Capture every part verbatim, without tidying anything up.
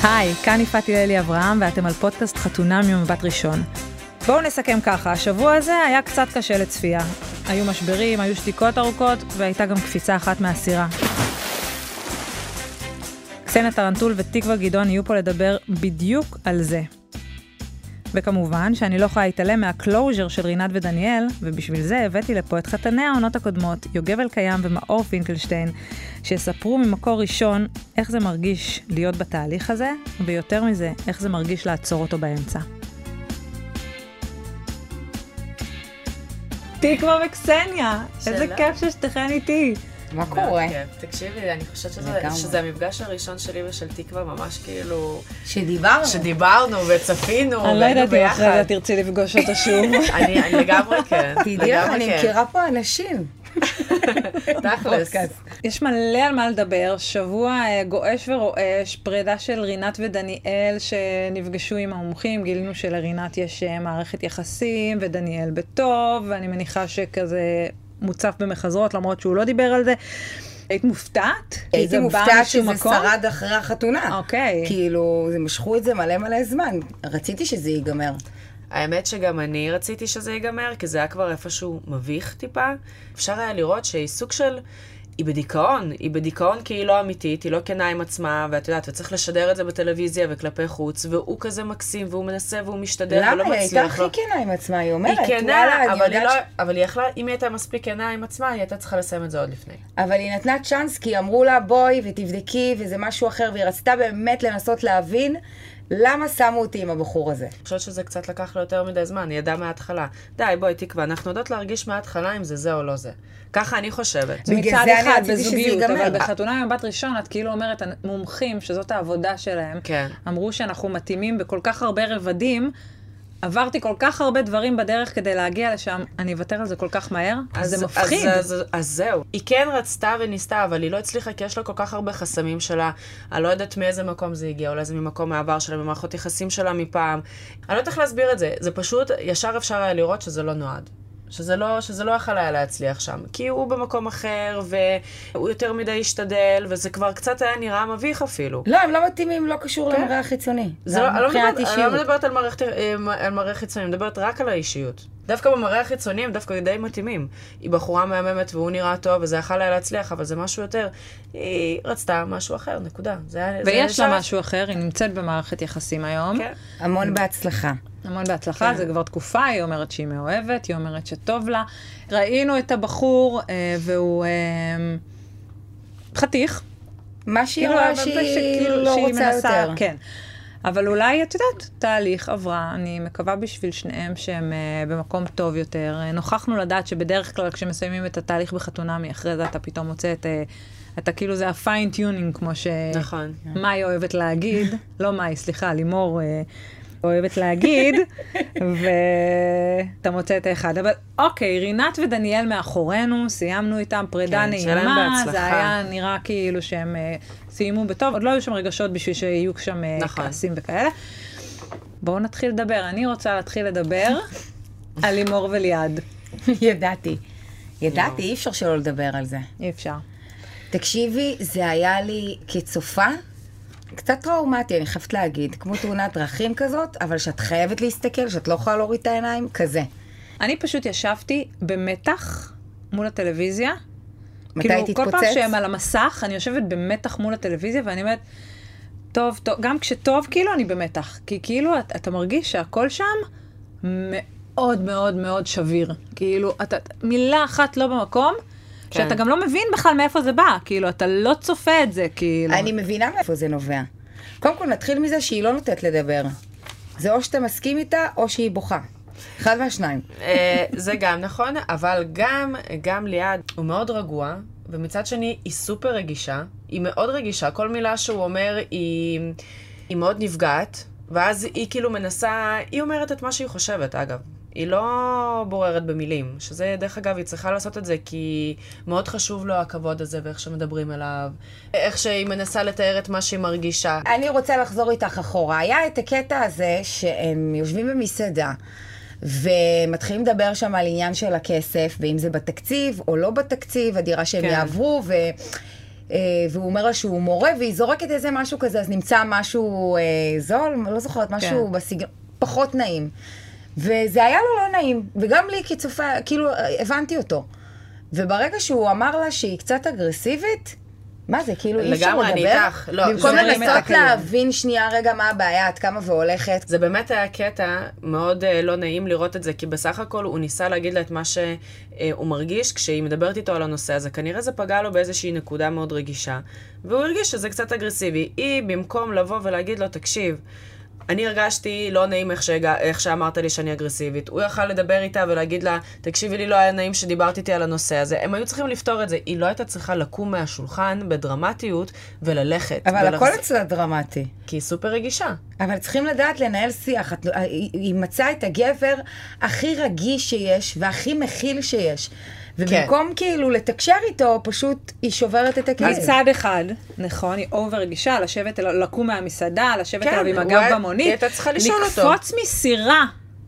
היי, כאן יפעת הללי אברהם, ואתם על פודקאסט חתונה ממבט ראשון. בואו נסכם ככה, השבוע הזה היה קצת קשה לצפייה. היו משברים, היו שתיקות ארוכות, והייתה גם קפיצה אחת מהסירה. קסניה טרנטול ותקווה גדעון יהיו פה לדבר בדיוק על זה. וכמובן שאני לא יכולה להתעלם מהקלוז'ר של רינת ודניאל, ובשביל זה הבאתי לפה את חתני העונות הקודמות, יוגב אלקיים ומאור פינקלשטיין, שיספרו ממקור ראשון איך זה מרגיש להיות בתהליך הזה, ויותר מזה, איך זה מרגיש לעצור אותו באמצע. תקווה וקסניה, איזה כיף ששתכן איתי. מה קורה? תקשיבי, אני חושבת שזה המפגש הראשון שלי ושל תקווה, ממש כאילו... שדיברנו. שדיברנו וצפינו. אני לא יודעת אם אחרי זה תרצי לפגוש אותה שוב. אני לגמרי כן. תדעי לך, אני מכירה פה אנשים. תכלס. יש מלא על מה לדבר, שבוע גועש ורועש, פרידה של רינת ודניאל שנפגשו עם המומחים, גילינו שלרינת יש מערכת יחסים ודניאל בטוב, ואני מניחה שכזה... מוצף במחזרות, למרות שהוא לא דיבר על זה. היית מופתעת? הייתי מופתעת שזה שרד אחרי החתונה. אוקיי. כאילו, זה משכו את זה מלא מלא זמן. רציתי שזה ייגמר. האמת שגם אני רציתי שזה ייגמר, כי זה היה כבר איפשהו מביך טיפה. אפשר היה לראות שהיא סוג של... היא בדיכאון, היא בדיכאון כי היא לא אמיתית, היא לא כנה עם עצמה, ואת יודעת, וצריך לשדר את זה בטלוויזיה וכלפי חוץ, והוא כזה מקסים, והוא מנסה, והוא משתדל, ולא מצליח. למה? היא הייתה הכי כנה עם עצמה, היא אומרת. היא כנה, אבל היא לא, אבל היא יכלה, אם היא הייתה מספיק כנה עם עצמה, היא הייתה צריכה לסיים את זה עוד לפני. אבל היא נתנה צ'אנס, כי אמרו לה, בואי ותבדקי, וזה משהו אחר, והיא רצתה באמת לנסות להבין, למה שמו אותי עם הבחור הזה? אני חושבת שזה קצת לקח לו יותר מדי זמן, היא ידעה מההתחלה. די, בואי, תקווה, אנחנו יודעות להרגיש מההתחלה אם זה זה או לא זה. ככה אני חושבת. מצד אחד בזוגיות, אבל בחתונה ממבט ראשון, את כאילו אומרת, המומחים, שזאת העבודה שלהם, אמרו שאנחנו מתאימים בכל כך הרבה רבדים, עברתי כל כך הרבה דברים בדרך כדי להגיע לשם, אני אוותר על זה כל כך מהר, אז זה מפחיד. אז, אז, אז זהו. היא כן רצתה וניסתה, אבל היא לא הצליחה, כי יש לה כל כך הרבה חסמים שלה. אני לא יודעת מאיזה מקום זה הגיע, אולי זה ממקום מעבר שלה, ממערכות יחסים שלה מפעם. אני לא יודעת איך להסביר את זה. זה פשוט, ישר אפשר היה לראות שזה לא נועד. שזה לא, שזה לא יכול היה להצליח שם. כי הוא במקום אחר, והוא יותר מדי השתדל, וזה כבר קצת היה נראה מביך אפילו. לא, הם לא מתאימים, לא קשור למראה החיצוני. זה לא, אני לא מדברת על מראה חיצוני, אני מדברת רק על האישיות. דווקא במראה החיצוני הם דווקא די מתאימים. היא בחורה מהממת והוא נראה טוב, וזה יכול היה להצליח, אבל זה משהו יותר... היא רצתה משהו אחר, נקודה. ויש לה משהו אחר, היא נמצאת במערכת יחסים היום. המון בהצלחה. המון בהצלחה, זה כבר תקופה, היא אומרת שהיא מאוהבת, היא אומרת שטוב לה. ראינו את הבחור, והוא חתיך. מה שהיא רואה שהיא לא רוצה יותר. כן. אבל אולי, את יודעת, תהליך עברה, אני מקווה בשביל שניהם שהם uh, במקום טוב יותר. נוכחנו לדעת שבדרך כלל כשמסיימים את התהליך בחתונה, מאחרי זה אתה פתאום מוצא את, uh, אתה כאילו זה ה-fine tuning, כמו ש... נכון. מאי אוהבת להגיד, לא מאי, סליחה, לימור uh, אוהבת להגיד, ואתה מוצא את האחד. אבל אוקיי, רינת ודניאל מאחורינו, סיימנו איתם פרידה כן, נעימה, זה היה נראה כאילו שהם... Uh, סיימו בטוב, עוד לא היו שם רגשות בשביל שיהיו שם נכון. כעסים וכאלה. בואו נתחיל לדבר. אני רוצה להתחיל לדבר על לימור וליעד. ידעתי. ידעתי, אי אפשר שלא לדבר על זה. אי אפשר. תקשיבי, זה היה לי כצופה, קצת טראומטי, אני חייבת להגיד, כמו תאונת דרכים כזאת, אבל שאת חייבת להסתכל, שאת לא יכולה להוריד את העיניים, כזה. אני פשוט ישבתי במתח מול הטלוויזיה, מתי כאילו, תתפוצץ? כל פעם שהם על המסך, אני יושבת במתח מול הטלוויזיה, ואני אומרת, טוב, טוב, גם כשטוב, כאילו אני במתח. כי כאילו, אתה, אתה מרגיש שהכל שם מאוד מאוד מאוד שביר. כאילו, אתה, מילה אחת לא במקום, כן. שאתה גם לא מבין בכלל מאיפה זה בא. כאילו, אתה לא צופה את זה, כאילו. אני מבינה מאיפה זה נובע. קודם כל, נתחיל מזה שהיא לא נותנת לדבר. זה או שאתה מסכים איתה, או שהיא בוכה. אחד מהשניים. זה גם נכון, אבל גם, גם ליעד הוא מאוד רגוע, ומצד שני היא סופר רגישה, היא מאוד רגישה, כל מילה שהוא אומר היא, היא מאוד נפגעת, ואז היא כאילו מנסה, היא אומרת את מה שהיא חושבת אגב, היא לא בוררת במילים, שזה דרך אגב היא צריכה לעשות את זה, כי מאוד חשוב לו הכבוד הזה ואיך שמדברים אליו, איך שהיא מנסה לתאר את מה שהיא מרגישה. אני רוצה לחזור איתך אחורה, היה את הקטע הזה שהם יושבים במסעדה, ומתחילים לדבר שם על עניין של הכסף, ואם זה בתקציב או לא בתקציב, הדירה שהם כן. יעברו, ו... והוא אומר לה שהוא מורה, והיא זורקת איזה משהו כזה, אז נמצא משהו זול, לא זוכרת, משהו בסגנון, פחות נעים. וזה היה לו לא נעים, וגם לי כצופה, כאילו, הבנתי אותו. וברגע שהוא אמר לה שהיא קצת אגרסיבית, מה זה, כאילו אי אפשר לדבר? לגמרי, אני איתך. במקום לנסות להבין שנייה רגע מה הבעיה, עד כמה והולכת. זה באמת היה קטע מאוד לא נעים לראות את זה, כי בסך הכל הוא ניסה להגיד לה את מה שהוא מרגיש, כשהיא מדברת איתו על הנושא הזה, כנראה זה פגע לו באיזושהי נקודה מאוד רגישה, והוא הרגיש שזה קצת אגרסיבי. היא, במקום לבוא ולהגיד לו, תקשיב, אני הרגשתי לא נעים איך, שהגע, איך שאמרת לי שאני אגרסיבית. הוא יכל לדבר איתה ולהגיד לה, תקשיבי לי, לא היה נעים שדיברתי איתי על הנושא הזה. הם היו צריכים לפתור את זה. היא לא הייתה צריכה לקום מהשולחן בדרמטיות וללכת. אבל ולחז... הכל אצלה דרמטי. כי היא סופר רגישה. אבל צריכים לדעת לנהל שיח. היא, היא מצאה את הגבר הכי רגיש שיש והכי מכיל שיש. ובמקום כן. כאילו לתקשר איתו, פשוט היא שוברת את הכלים. אז צעד אחד, נכון, היא אובר רגישה, לשבת, לקום מהמסעדה, לשבת כן, אליו עם הגב במונית, היא הייתה צריכה לשאול אותו. לקפוץ מסירה.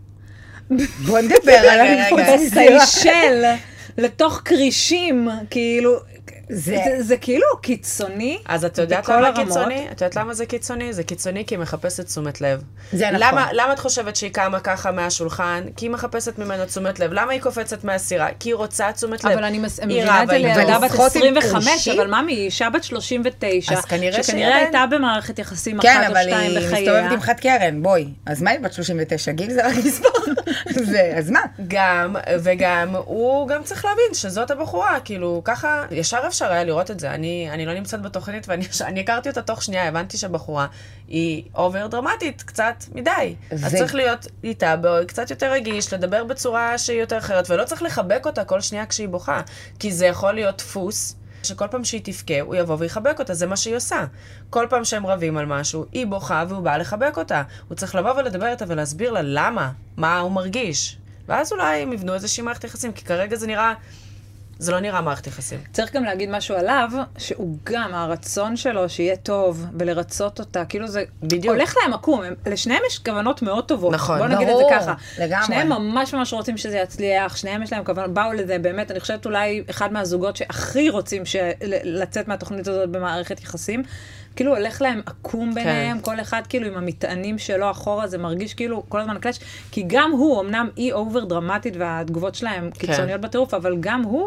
בוא נדבר על הלקפוץ מסירה. בסיישל, לתוך קרישים, כאילו... זה, זה, זה כאילו קיצוני. אז את יודעת למה קיצוני? את יודעת למה זה קיצוני? זה קיצוני כי היא מחפשת תשומת לב. זה נכון. למה, למה את חושבת שהיא קמה ככה מהשולחן? כי היא מחפשת ממנו תשומת לב. למה היא קופצת מהסירה? כי היא רוצה תשומת לב. אבל אני מבינה את זה לילדה בת עשרים וחמש, אבל ממי, היא אישה בת שלושים ותשע, אז כנראה שכנראה הייתה במערכת יחסים אחת כן, או שתיים בחייה. כן, אבל היא מסתובבת עם חד קרן, בואי. אז מה היא בת שלושים ותשע? גיל זה רק מספר. אז מה? גם, וגם, הוא גם צריך להבין שזאת הבחורה, כאילו, ככה, ישר אפשר היה לראות את זה. אני, אני לא נמצאת בתוכנית, ואני אני הכרתי אותה תוך שנייה, הבנתי שהבחורה היא אובר דרמטית, קצת מדי. זה... אז צריך להיות איתה, קצת יותר רגיש, לדבר בצורה שהיא יותר אחרת, ולא צריך לחבק אותה כל שנייה כשהיא בוכה, כי זה יכול להיות דפוס, שכל פעם שהיא תפקה, הוא יבוא ויחבק אותה, זה מה שהיא עושה. כל פעם שהם רבים על משהו, היא בוכה והוא בא לחבק אותה. הוא צריך לבוא ולדבר איתה ולהסביר לה למה, מה הוא מרגיש. ואז אולי הם יבנו איזושהי מערכת יחסים, כי כרגע זה נראה... זה לא נראה מערכת יחסים. צריך גם להגיד משהו עליו, שהוא גם הרצון שלו שיהיה טוב ולרצות אותה, כאילו זה בדיוק. הולך להם עקום, לשניהם יש כוונות מאוד טובות. נכון. בוא נגיד ברור, את זה ככה. לגמרי. שניהם ממש ממש רוצים שזה יצליח, שניהם יש להם כוונות, באו לזה באמת, אני חושבת אולי אחד מהזוגות שהכי רוצים של... לצאת מהתוכנית הזאת במערכת יחסים, כאילו הולך להם עקום ביניהם, כן. כל אחד כאילו עם המטענים שלו אחורה, זה מרגיש כאילו כל הזמן קלאש, כי גם הוא, אמנם היא אובר דרמטית והתגובות שלהם כן. קיצוניות בטירוף, אבל גם הוא,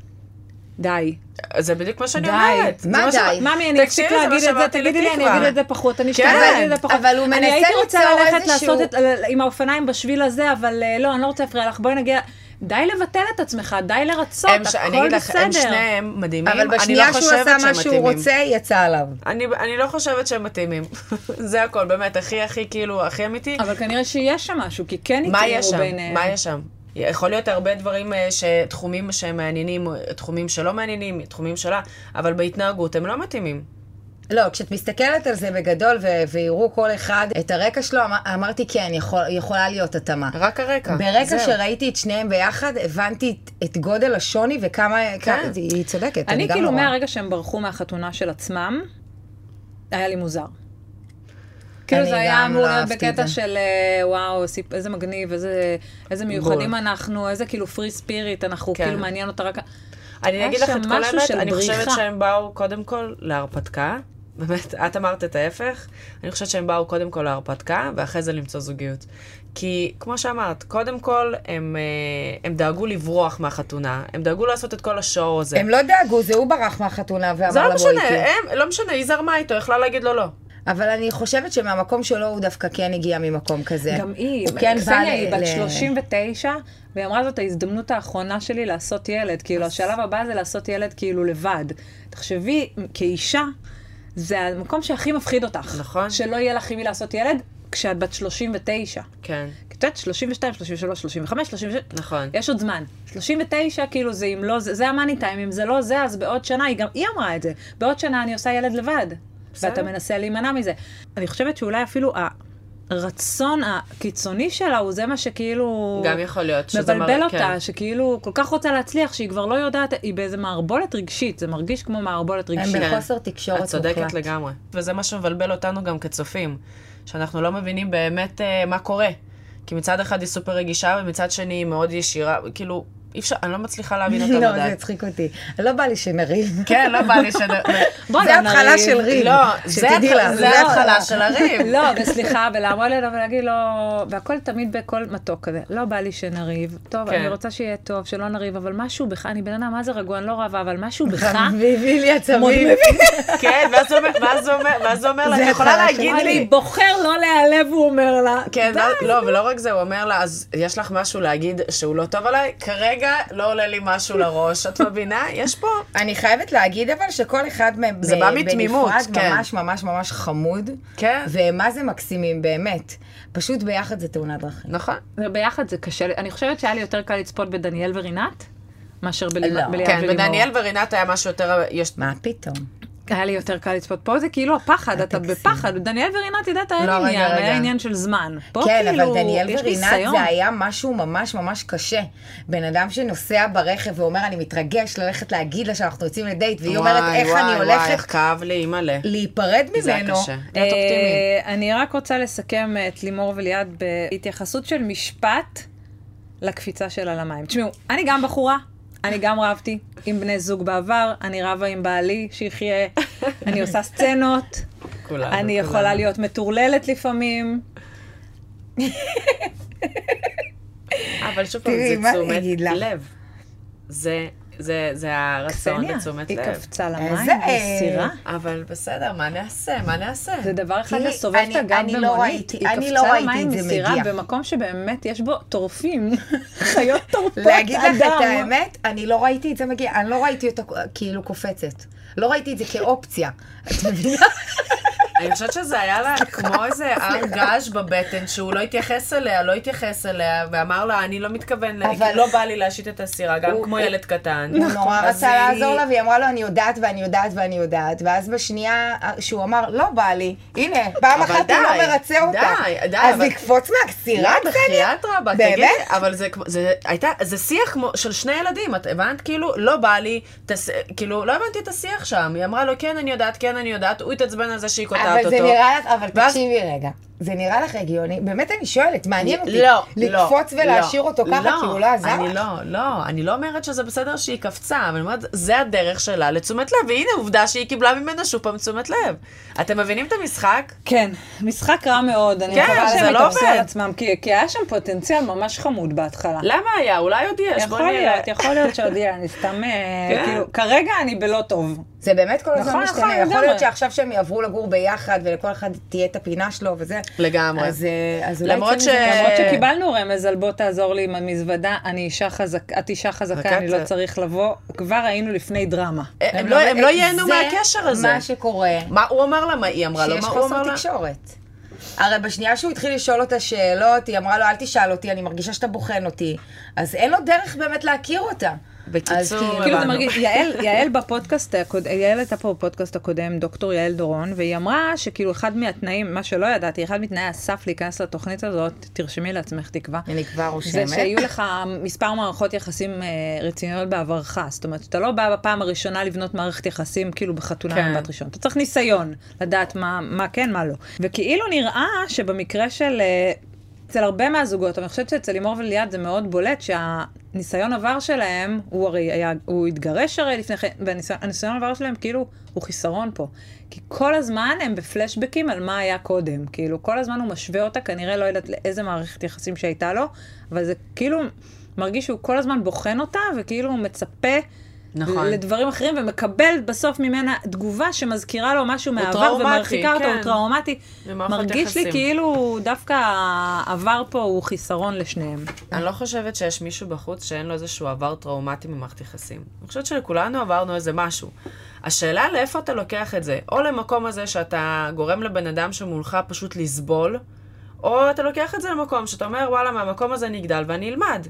די. זה בדיוק מה שאני אומרת. מה די? ממי, אני אפסיק להגיד את זה, תגידי לי, אני אגיד את זה פחות, אני אשתגע להגיד את זה פחות. אבל הוא מנסה אני הייתי רוצה ללכת איזשהו... לעשות עם האופניים בשביל הזה, אבל לא, אני לא רוצה להפריע לך, בואי נגיע... די לבטל את עצמך, די לרצות, הכל בסדר. אני אגיד לך, הם שניהם מדהימים, אבל בשנייה שהוא עשה מה שהוא רוצה, יצא עליו. אני, אני לא חושבת שהם מתאימים. זה הכל, באמת, הכי הכי כאילו, הכי אמיתי. אבל כנראה שיש שם משהו, כי כן התאימו ביניהם. מה יש שם? יכול להיות הרבה דברים, תחומים שהם מעניינים, תחומים שלא מעניינים, תחומים שלה, אבל בהתנהגות הם לא מתאימים. לא, כשאת מסתכלת על זה בגדול ויראו כל אחד את הרקע שלו, אמ- אמרתי כן, יכול, יכולה להיות התאמה. רק הרקע. ברגע זהו. שראיתי את שניהם ביחד, הבנתי את, את גודל השוני וכמה, כן. כמה, היא צודקת. אני, אני כאילו נורא. מהרגע שהם ברחו מהחתונה של עצמם, היה לי מוזר. כאילו זה היה אמור להיות בקטע של וואו, איזה מגניב, איזה, איזה מיוחדים אנחנו, איזה כאילו פרי ספיריט, אנחנו כאילו מעניין אותה רק... אני אגיד לך את כל האמת, אני חושבת שהם באו קודם כל להרפתקה, באמת, את אמרת את ההפך, אני חושבת שהם באו קודם כל להרפתקה, ואחרי זה למצוא זוגיות. כי, כמו שאמרת, קודם כל הם, הם דאגו לברוח מהחתונה, הם דאגו לעשות את כל השואו הזה. הם לא דאגו, זה הוא ברח מהחתונה ואמר לבוא איתי. זה לא משנה, הם, לא משנה, היא זרמה איתו, יכלה להגיד לו לא. אבל אני חושבת שמהמקום שלו הוא דווקא כן הגיע ממקום כזה. גם היא, כן קסניה היא בת שלושים ותשע, והיא אמרה זאת ההזדמנות האחרונה שלי לעשות ילד, כאילו השלב הבא זה לעשות ילד כאילו לבד. תחשבי, כאישה, זה המקום שהכי מפחיד אותך. נכון. שלא יהיה לך עם מי לעשות ילד, כשאת בת שלושים ותשע. כן. קצת שלושים ושתיים, שלושים ושלוש, שלושים וחמש, שלושים ושש. נכון. יש עוד זמן. שלושים ותשע, כאילו זה אם לא, זה, זה המאני טיים, אם זה לא זה, אז בעוד שנה, היא גם, היא אמרה את זה, בעוד שנה אני עושה ילד לבד. ואתה מנסה להימנע מזה. אני חושבת שאולי אפילו הרצון הקיצוני שלה הוא זה מה שכאילו... גם יכול להיות. שזה מבלבל מר... אותה, כן. שכאילו כל כך רוצה להצליח, שהיא כבר לא יודעת, היא באיזה מערבולת רגשית, זה מרגיש כמו מערבולת רגשית. הם בחוסר תקשורת מוחלט. את צודקת לגמרי. וזה מה שמבלבל אותנו גם כצופים, שאנחנו לא מבינים באמת uh, מה קורה. כי מצד אחד היא סופר רגישה, ומצד שני היא מאוד ישירה, כאילו, אי אפשר, אני לא מצליחה להבין אותה לא, מדי. זה הצחיק אותי. לא בא לי שנריב. כן, לא בא לי שנריב. זה התחלה של ריב. לא, זה התחלה של הריב. לא, וסליחה, ולעמוד לידו ולהגיד לו, והכל תמיד בכל מתוק כזה, לא בא לי שנריב. טוב, אני רוצה שיהיה טוב, שלא נריב, אבל משהו בך, אני בן אדם, מה זה רגוע, אני לא רבה, אבל משהו בך. והביא לי עצבים. כן, מה זה אומר לה? את יכולה להגיד לי. אני בוחר לא להיעלב, הוא אומר לה. כן, לא, ולא רק זה, הוא אומר לה, אז יש לך משהו להגיד שהוא לא טוב עליי? כרגע לא עולה לי משהו לראש. את מבינה? יש פה... אני חייבת להגיד אבל שכל אחד בנפרד ממש ממש ממש חמוד. כן. ומה זה מקסימים, באמת. פשוט ביחד זה תאונת דרכים. נכון. ביחד זה קשה. אני חושבת שהיה לי יותר קל לצפות בדניאל ורינת, מאשר בליעד ולימור. כן, בדניאל ורינת היה משהו יותר... מה פתאום? היה לי יותר קל לצפות. פה זה כאילו הפחד, אתה בפחד. דניאל ורינת, ידעת, היה עניין, היה עניין של זמן. כן, אבל דניאל ורינת זה היה משהו ממש ממש קשה. בן אדם שנוסע ברכב ואומר, אני מתרגש ללכת להגיד לה שאנחנו יוצאים לדייט, והיא אומרת, איך אני הולכת כאב לי, מלא. להיפרד ממנו. זה היה קשה. להיות אופטימי. אני רק רוצה לסכם את לימור וליעד בהתייחסות של משפט לקפיצה שלה למים. תשמעו, אני גם בחורה. אני גם רבתי עם בני זוג בעבר, אני רבה עם בעלי שיחיה, אני עושה סצנות, אני יכולה להיות מטורללת לפעמים. אבל שוב פעם, זה תשומת לב. זה... זה, זה הרצון לתשומת לב. היא קפצה למים, בסירה. אבל בסדר, מה נעשה? מה נעשה? זה דבר אחד לסובב את הגב במונית. היא קפצה למים בסירה במקום שבאמת יש בו טורפים. חיות טורפות אדם. להגיד לך את האמת, אני לא ראיתי את זה מגיע. אני לא ראיתי אותה כאילו קופצת. לא ראיתי את זה כאופציה. את מבינה? אני חושבת שזה היה לה כמו איזה הר געש בבטן, שהוא לא התייחס אליה, לא התייחס אליה, ואמר לה, אני לא מתכוון, לא בא לי להשית את הסירה, גם כמו ילד קטן. הוא נורא רצה לעזור לה, והיא אמרה לו, אני יודעת ואני יודעת ואני יודעת, ואז בשנייה שהוא אמר, לא בא לי, הנה, פעם אחת הוא לא מרצה אותה. אז לקפוץ מהסירה, בחיית רבה, תגידי, אבל זה שיח של שני ילדים, את הבנת? כאילו, לא בא לי, כאילו, לא הבנתי את השיח שם. היא אמרה לו, כן, אני יודעת, כן, אני יודעת, הוא התעצבן על זה שהיא קוטעת אותו. אבל זה נראה לך, אבל תקשיבי רגע. זה נראה לך הגיוני? באמת אני שואלת, מעניין אותי. לא, לקפוץ ולהשאיר אותו ככה, כי הוא לא עזר לך? אני לא, לא, אני לא אומרת שזה בסדר שהיא קפצה, אבל אני אומרת, זה הדרך שלה לתשומת לב, והנה עובדה שהיא קיבלה ממנה שוב פעם תשומת לב. אתם מבינים את המשחק? כן, משחק רע מאוד. אני מקווה שהם יתפסו על עצמם, כי היה שם פוטנציאל ממש חמוד בהתחלה. למה היה? אולי עוד יש, בוא נראה. יכול להיות, יכול להיות שעוד יהיה, אני סתם, כאילו, כרגע אני בלא טוב. זה באמת כל הזמן משתנה. יכול להיות שעכשיו שהם יעברו לגור ביחד, ולכל אחד תהיה את הפינה שלו וזה. לגמרי. אז אולי... למרות שקיבלנו רמז על בוא תעזור לי עם המזוודה, אני אישה חזקה, את אישה חזקה, אני לא צריך לבוא. כבר היינו לפני דרמה. הם לא ייהנו מהקשר הזה. זה מה שקורה. מה הוא אמר לה? מה היא אמרה לו? שיש חוסר תקשורת. הרי בשנייה שהוא התחיל לשאול אותה שאלות, היא אמרה לו, אל תשאל אותי, אני מרגישה שאתה בוחן אותי. אז אין לו דרך באמת להכיר אותה. בקיצור, כאילו זה מרגיש, יעל, יעל בפודקאסט, יעל הייתה פה בפודקאסט הקודם, דוקטור יעל דורון, והיא אמרה שכאילו אחד מהתנאים, מה שלא ידעתי, אחד מתנאי הסף להיכנס לתוכנית הזאת, תרשמי לעצמך תקווה. אני כבר רושמת. זה שיהיו לך מספר מערכות יחסים רציניות בעברך, זאת אומרת, אתה לא בא בפעם הראשונה לבנות מערכת יחסים כאילו בחתונה מבט ראשון. אתה צריך ניסיון לדעת מה, מה כן, מה לא. וכאילו נראה שבמקרה של... אצל הרבה מהזוגות, אבל אני חושבת שאצל לימור וליעד זה מאוד בולט שהניסיון עבר שלהם, הוא הרי היה, הוא התגרש הרי לפני כן, והניסיון עבר שלהם כאילו הוא חיסרון פה. כי כל הזמן הם בפלשבקים על מה היה קודם. כאילו כל הזמן הוא משווה אותה, כנראה לא יודעת לאיזה מערכת יחסים שהייתה לו, אבל זה כאילו מרגיש שהוא כל הזמן בוחן אותה, וכאילו הוא מצפה נכון. לדברים אחרים, ומקבל בסוף ממנה תגובה שמזכירה לו משהו מהעבר, ומרחיקה אותו, כן. הוא טראומטי. מרגיש יחסים. לי כאילו דווקא העבר פה הוא חיסרון לשניהם. אני לא חושבת שיש מישהו בחוץ שאין לו איזשהו עבר טראומטי ממערכת יחסים. אני חושבת שלכולנו עברנו איזה משהו. השאלה לאיפה אתה לוקח את זה? או למקום הזה שאתה גורם לבן אדם שמולך פשוט לסבול, או אתה לוקח את זה למקום שאתה אומר, וואלה, מהמקום הזה נגדל ואני אלמד.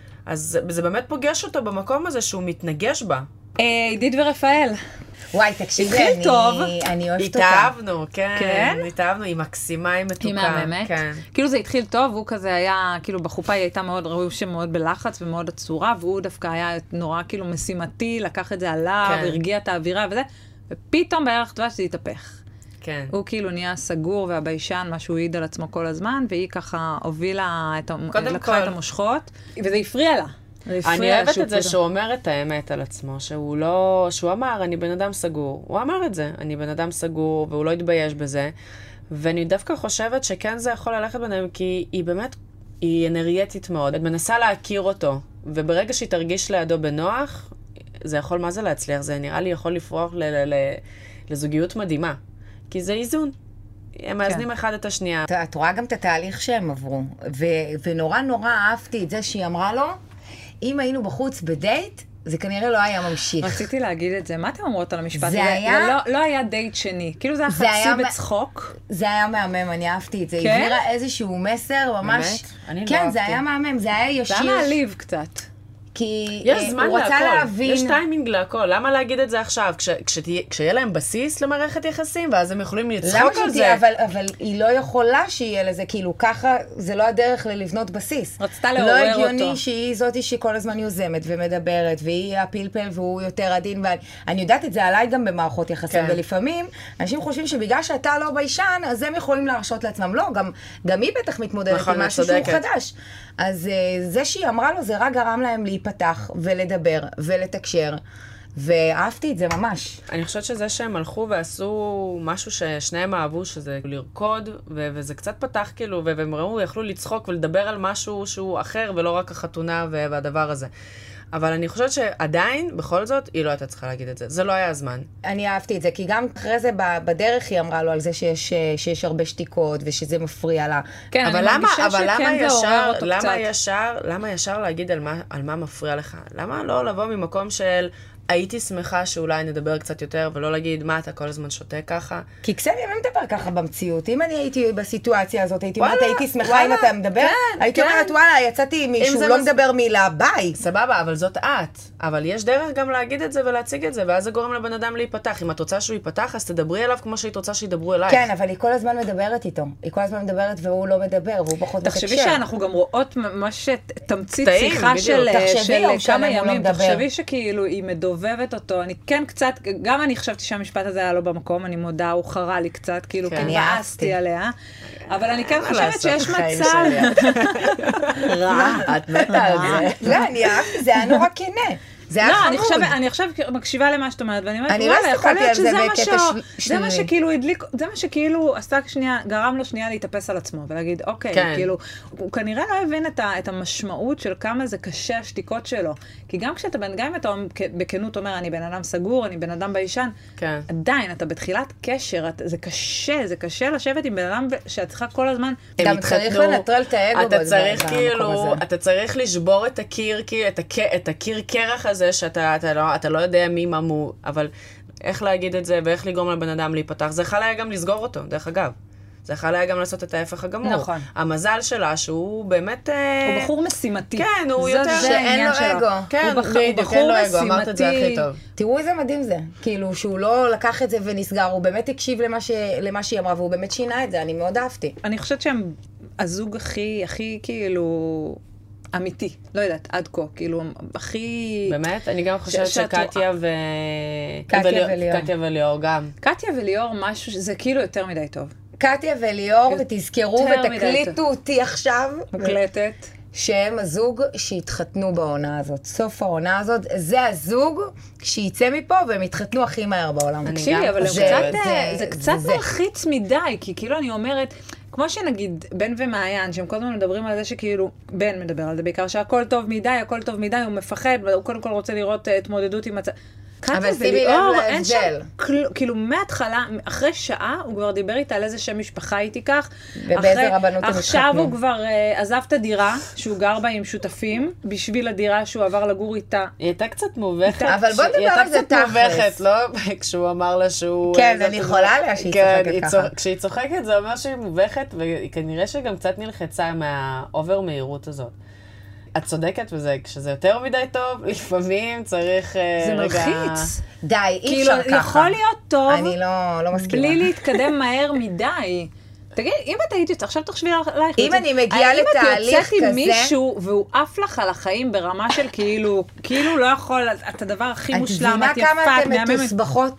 אז זה באמת פוגש אותו במקום הזה שהוא מתנגש בה. עידית ורפאל. וואי, תקשיבי, אני, טוב. אני אוהבת אותה. התאהבנו, כן. כן? התאהבנו, היא מקסימה, היא מתוקה. היא מהממת. כן. כאילו זה התחיל טוב, הוא כזה היה, כאילו בחופה היא הייתה מאוד, ראוי שמאוד בלחץ ומאוד עצורה, והוא דווקא היה נורא כאילו משימתי, לקח את זה עליו, כן. הרגיע את האווירה וזה, ופתאום בערך דבש זה התהפך. כן. הוא כאילו נהיה סגור והביישן, מה שהוא העיד על עצמו כל הזמן, והיא ככה הובילה, את, לקחה כל... את המושכות, וזה הפריע לה. אני אוהבת את זה שהוא אומר את האמת על עצמו, שהוא לא, שהוא אמר, אני בן אדם סגור. הוא אמר את זה, אני בן אדם סגור, והוא לא התבייש בזה. ואני דווקא חושבת שכן זה יכול ללכת ביניהם, כי היא באמת, היא אנרגטית מאוד. את מנסה להכיר אותו, וברגע שהיא תרגיש לידו בנוח, זה יכול, מה זה להצליח? זה נראה לי יכול לפרוח ל- ל- ל- לזוגיות מדהימה. כי זה איזון. הם מאזנים אחד את השנייה. את רואה גם את התהליך שהם עברו, ו- ונורא נורא אהבתי את זה שהיא אמרה לו, אם היינו בחוץ בדייט, זה כנראה לא היה ממשיך. רציתי להגיד את זה. מה אתם אומרות על המשפט הזה? זה היה... לא, לא היה דייט שני. כאילו זה היה חצי בצחוק. זה היה מהמם, אני אהבתי את זה. היא העבירה איזשהו מסר, ממש... באמת? כן, זה היה מהמם, זה היה ישיר. זה היה מעליב קצת. כי יש זמן הוא רצה להבין... יש טיימינג להכל. למה להגיד את זה עכשיו? כש, כשתהיה, כשיהיה להם בסיס למערכת יחסים, ואז הם יכולים לצחוק על זה. אבל, אבל היא לא יכולה שיהיה לזה, כאילו, ככה זה לא הדרך ללבנות בסיס. רצתה לעורר אותו. לא הגיוני שהיא זאתי שכל הזמן יוזמת ומדברת, והיא הפלפל והוא יותר עדין, ואני יודעת את זה עליי גם במערכות יחסים, כן. ולפעמים אנשים חושבים שבגלל שאתה לא ביישן, אז הם יכולים להרשות לעצמם. לא, גם, גם היא בטח מתמודדת נכון, עם משהו שהוא חדש. אז זה שהיא אמרה לו, זה רק גרם להם להיפתח ולדבר ולתקשר, ואהבתי את זה ממש. אני חושבת שזה שהם הלכו ועשו משהו ששניהם אהבו, שזה לרקוד, ו- וזה קצת פתח כאילו, והם ראו, יכלו לצחוק ולדבר על משהו שהוא אחר, ולא רק החתונה והדבר הזה. אבל אני חושבת שעדיין, בכל זאת, היא לא הייתה צריכה להגיד את זה. זה לא היה הזמן. אני אהבתי את זה, כי גם אחרי זה בדרך היא אמרה לו על זה שיש, שיש הרבה שתיקות ושזה מפריע לה. כן, אבל אני למה, מרגישה אבל למה שכן זה עורר ישר, אותו למה קצת. ישר, למה ישר להגיד על מה, על מה מפריע לך? למה לא לבוא ממקום של הייתי שמחה שאולי נדבר קצת יותר, ולא להגיד מה אתה כל הזמן שותה ככה? כי קסניה, מי מדבר ככה במציאות? אם אני הייתי בסיטואציה הזאת, הייתי אומרת, הייתי שמחה אם אתה מדבר, הייתי אומרת, וואלה, יצאתי עם מישהו, לא מדבר מילה, ביי. סבבה, אבל זאת את. אבל יש דרך גם להגיד את זה ולהציג את זה, ואז זה גורם לבן אדם להיפתח. אם את רוצה שהוא ייפתח, אז תדברי אליו כמו שהיא רוצה שידברו אלייך. כן, אבל היא כל הזמן מדברת איתו. היא כל הזמן מדברת והוא לא מדבר, והוא פחות מתקשר. תחשבי שאנחנו גם רואות ממש תמצית שיחה של כמה ימים. תחשבי שכאילו היא מדובבת אותו. אני כן קצת, גם אני חשבתי שהמשפט הזה היה לא במקום, אני מודה, הוא חרה לי קצת, כאילו כן מאסתי עליה. אבל אני כן חושבת שיש מצב... רע, את מתה על זה. לא, אני אהבתי, זה היה נורא כנה. זה היה חמוד. אני עכשיו מקשיבה למה שאת אומרת, ואני אומרת, וואלה, יכול להיות שזה מה שכאילו הדליק, זה מה שכאילו עשה שנייה, גרם לו שנייה להתאפס על עצמו, ולהגיד, אוקיי, כאילו, הוא כנראה לא הבין את המשמעות של כמה זה קשה השתיקות שלו. כי גם כשאתה, גם אם אתה בכנות אומר, אני בן אדם סגור, אני בן אדם ביישן, עדיין, אתה בתחילת קשר, זה קשה, זה קשה לשבת עם בן אדם שאת צריכה כל הזמן, גם צריך לנטרל את האגו. אתה צריך כאילו, אתה צריך לשבור את הקיר, את הקיר קרח הזה, שאתה אתה לא, אתה לא יודע מי ממו, אבל איך להגיד את זה ואיך לגרום לבן אדם להיפתח, זה יכול היה גם לסגור אותו, דרך אגב. זה יכול היה גם לעשות את ההפך הגמור. נכון. המזל שלה שהוא באמת... הוא בחור משימתי. כן, הוא יותר... שאין לו אגו. כן, הוא בחור משימתי. אמרת את זה הכי טוב. תראו איזה מדהים זה. כאילו, שהוא לא לקח את זה ונסגר, הוא באמת הקשיב למה, ש... למה שהיא אמרה, והוא באמת שינה את זה, אני מאוד אהבתי. אני חושבת שהם הזוג הכי, הכי כאילו... אמיתי, לא יודעת, עד כה, כאילו, הכי... באמת? אני גם חושבת שקטיה ו... קטיה וליאור. קטיה וליאור גם. קטיה וליאור, משהו, זה כאילו יותר מדי טוב. קטיה וליאור, ותזכרו ותקליטו אותי עכשיו. מקלטת. שהם הזוג שהתחתנו בעונה הזאת. סוף העונה הזאת, זה הזוג שיצא מפה והם התחתנו הכי מהר בעולם. תקשיבי, אבל זה קצת מלחיץ מדי, כי כאילו אני אומרת... כמו שנגיד, בן ומעיין, שהם כל הזמן מדברים על זה שכאילו, בן מדבר על זה בעיקר, שהכל טוב מדי, הכל טוב מדי, הוא מפחד, והוא קודם כל רוצה לראות התמודדות עם הצ... אבל שימי לב להבדל. כאילו, מההתחלה, אחרי שעה, הוא כבר דיבר איתה על איזה שם משפחה היא תיקח. ובאיזה רבנות הם התחתנו. עכשיו הוא כבר עזב את הדירה, שהוא גר בה עם שותפים, בשביל הדירה שהוא עבר לגור איתה. היא הייתה קצת מובכת. אבל בוא נדבר על זה תכלס. היא הייתה קצת מובכת, לא? כשהוא אמר לה שהוא... כן, אני יכולה עליה שהיא צוחקת ככה. כשהיא צוחקת זה אומר שהיא מובכת, וכנראה שגם קצת נלחצה מהאובר מהירות הזאת. את צודקת בזה, כשזה יותר מדי טוב, לפעמים צריך זה רגע... מלחיץ. די, אי אפשר ככה. כאילו, יכול להיות טוב, אני לא, לא מסכימה. בלי להתקדם מהר מדי. תגיד, אם את היית, עכשיו תחשבי עלייך. אם אני מגיעה לתהליך כזה... האם את יוצאת עם מישהו, והוא עף לך על החיים ברמה של כאילו, כאילו לא יכול, את הדבר הכי מושלם, את יפה, את מבינה כמה אתם מתוסבכות?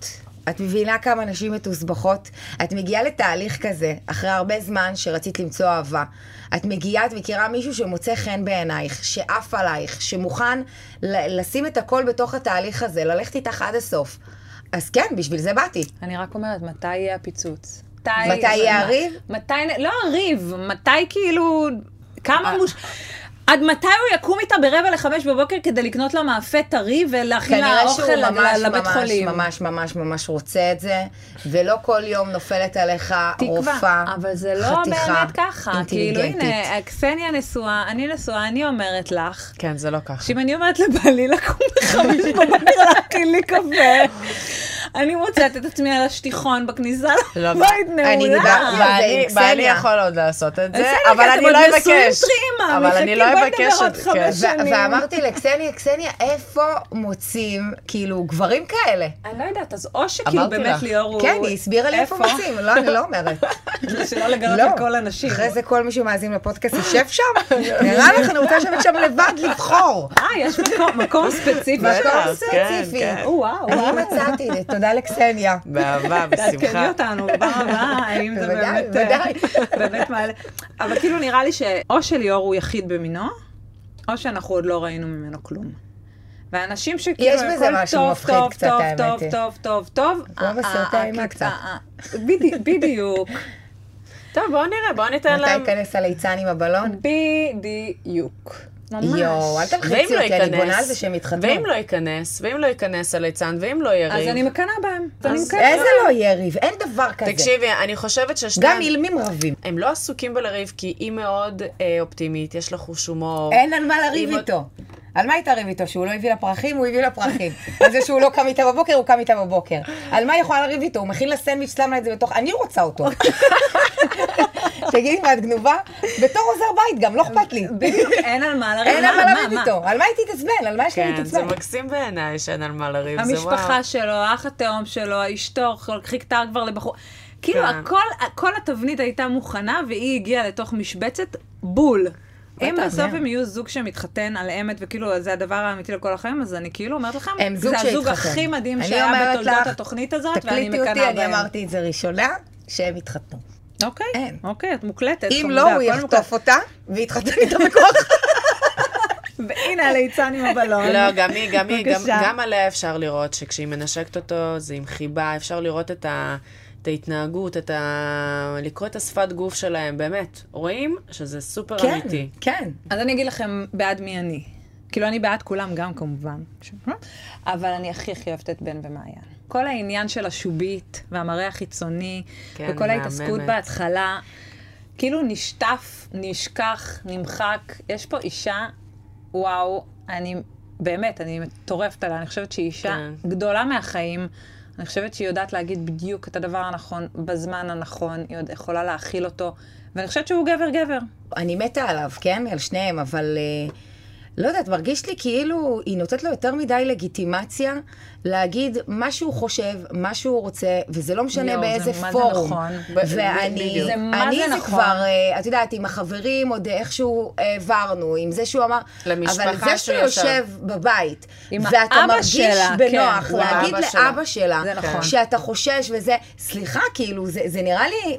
את מבינה כמה נשים מתוסבכות? את מגיעה לתהליך כזה, אחרי הרבה זמן שרצית למצוא אהבה. את מגיעה, את מכירה מישהו שמוצא חן בעינייך, שאף עלייך, שמוכן לשים את הכל בתוך התהליך הזה, ללכת איתך עד הסוף. אז כן, בשביל זה באתי. אני רק אומרת, מתי יהיה הפיצוץ? מתי יהיה הריב? מתי, לא הריב, מתי כאילו, כמה מוש... עד מתי הוא יקום איתה ברבע לחמש בבוקר כדי לקנות לה מאפה טרי ולהכין לה אוכל לבית חולים? ממש ממש ממש רוצה את זה, ולא כל יום נופלת עליך רופאה, חתיכה אבל זה לא באמת ככה. כאילו הנה, קסניה נשואה, אני נשואה, אני אומרת לך. כן, זה לא ככה. שאם אני אומרת לבעלי לקום בחמש בבוקר להכין לי קפה, אני מוצאת את עצמי על השטיחון בכניסה לבית נעולה. בעלי יכול עוד לעשות את זה, אבל אני לא אבקש. אבל אני לא אבקש את זה. ואמרתי לקסניה, קסניה, איפה מוצאים, כאילו, גברים כאלה? אני לא יודעת, אז או שכאילו באמת ליאור הוא... כן, היא הסבירה לי איפה מוצאים, לא, אני לא אומרת. שלא לגלות את כל הנשים. אחרי זה כל מישהו מאזין לפודקאסט יושב שם, נראה לך, אני רוצה לשבת שם לבד לבחור. אה, יש מקום ספציפי. מקום ספציפי. וואו. אני מצאתי, תודה לקסניה. באהבה, בשמחה. תעדכני אותנו, באהבה, האם זה באמת... באמת מעלה. אבל כאילו נראה לי שאו שליאור הוא יחיד במינו, או שאנחנו עוד לא ראינו ממנו כלום. ואנשים שכאילו... יש בזה משהו מפחיד קצת, האמת. טוב, טוב, טוב, טוב. כמו בסרטי האימה קצת. בדיוק. טוב, בואו נראה, בואו ניתן להם... מתי ייכנס הליצן עם הבלון? בדיוק. ממש. יואו, אל תלחיצי אותי, אני בונה על זה שהם יתחתנו. ואם לא ייכנס, ואם לא ייכנס הליצן, ואם לא יריב. אז אני מקנה בהם. איזה לא יריב? אין דבר כזה. תקשיבי, אני חושבת ששתיים... גם אילמים רבים. הם לא עסוקים בלריב, כי היא מאוד אופטימית, יש לה חוש הומור. אין על מה לריב איתו. על מה היא תריב איתו? שהוא לא הביא לה פרחים, הוא הביא לה פרחים. על זה שהוא לא קם איתה בבוקר, הוא קם איתה בבוקר. על מה היא יכולה לריב איתו? הוא מכין לה סנדוויץ', שם לה את זה בתוך... אני רוצה אותו. תגידי מה, את גנובה? בתור עוזר בית גם, לא אכפת לי. בדיוק, אין על מה לריב. אין על מה לריב איתו. על מה היא תתעצבן? על מה יש לה להתעצבן? כן, זה מקסים בעיניי שאין על מה לריב. המשפחה שלו, האח התאום שלו, אשתו, חיכתה כבר לבחור. כאילו, כל התבנית הייתה מוכנה, והיא הגיעה לתוך משבצת בול. אם בסוף הם יהיו זוג שמתחתן על אמת, וכאילו זה הדבר האמיתי לכל החיים, אז אני כאילו אומרת לכם, זה הזוג הכי מדהים שהיה בתולדות התוכנית הזאת, ואני מקנה בהם. תקליטי אותי, אני אמרתי את זה ראשונה, שהם התחתנו. אוקיי, אוקיי, את מוקלטת. אם לא, הוא יחטוף אותה, והתחתן איתה בכוח. והנה הליצן עם הבלון. לא, גם היא, גם היא, גם עליה אפשר לראות שכשהיא מנשקת אותו, זה עם חיבה, אפשר לראות את ה... את ההתנהגות, את ה... לקרוא את השפת גוף שלהם, באמת. רואים שזה סופר כן, אמיתי. כן. אז אני אגיד לכם בעד מי אני. כאילו אני בעד כולם גם כמובן. אבל אני הכי הכי אוהבת את בן ומעיין. כל העניין של השובית והמראה החיצוני, כן, וכל ההתעסקות בהתחלה, כאילו נשטף, נשכח, נמחק. יש פה אישה, וואו, אני באמת, אני מטורפת עליה. אני חושבת שהיא אישה כן. גדולה מהחיים. אני חושבת שהיא יודעת להגיד בדיוק את הדבר הנכון, בזמן הנכון, היא עוד יכולה להכיל אותו, ואני חושבת שהוא גבר גבר. אני מתה עליו, כן? על שניהם, אבל uh, לא יודעת, מרגיש לי כאילו היא נותנת לו יותר מדי לגיטימציה, להגיד מה שהוא חושב, מה שהוא רוצה, וזה לא משנה יו, באיזה זה פורום. מה זה נכון. ואני, זה מה אני זה זה נכון. כבר, uh, את יודעת, עם החברים עוד איכשהו העברנו, עם זה שהוא אמר, אבל זה שהוא יושב בבית, ואתה מרגיש שלה, בנוח, כן, להגיד לאבא שלה, נכון. שאתה חושש וזה, סליחה, כאילו, זה, זה נראה לי,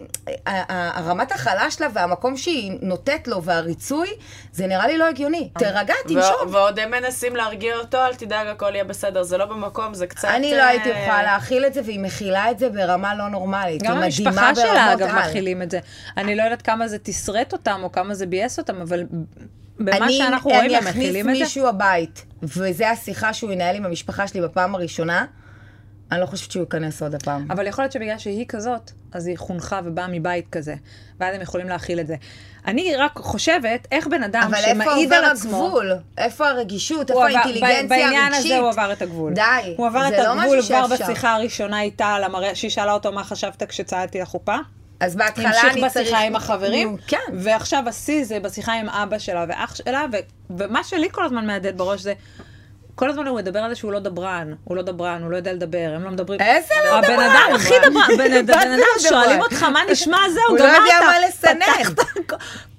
הרמת החלש שלה והמקום שהיא נותנת לו והריצוי, זה נראה לי לא הגיוני. תרגע, תנשום. ועוד הם מנסים להרגיע אותו, אל תדאג, הכל יהיה בסדר, זה לא במקום, זה קצת... אני לא הייתי יכולה להכיל את זה, והיא מכילה את זה ברמה לא נורמלית. גם המשפחה שלה אגב מכילים את זה. אני לא יודעת כמה זה תסרט אותם, או כמה זה בייס אותם, אבל במה שאנחנו רואים הם מכילים את זה. אני אכניס מישהו הבית, וזו השיחה שהוא ינהל עם המשפחה שלי בפעם הראשונה, אני לא חושבת שהוא ייכנס עוד הפעם. אבל יכול להיות שבגלל שהיא כזאת, אז היא חונכה ובאה מבית כזה, ואז הם יכולים להכיל את זה. אני רק חושבת איך בן אדם שמעיד על עצמו... אבל איפה עובר הגבול? איפה הרגישות? איפה האינטליגנציה הרגשית? בעניין הזה הוא עבר את הגבול. די, הוא עבר את הגבול כבר בשיחה הראשונה איתה, על המראה, שהיא שאלה אותו מה חשבת כשצעדתי לחופה. אז בהתחלה אני צריך... המשיך בשיחה עם החברים, כן. ועכשיו השיא זה בשיחה עם אבא שלה ואח שלה, ומה שלי כל הזמן מהדהד בראש זה... כל הזמן הוא מדבר על זה שהוא לא דברן, הוא לא דברן, הוא לא יודע לדבר, הם לא מדברים... איזה לא דברן? הבן אדם הכי דברן, בן אדם שואלים אותך מה נשמע זהו, הוא לא יודע מה לסנן.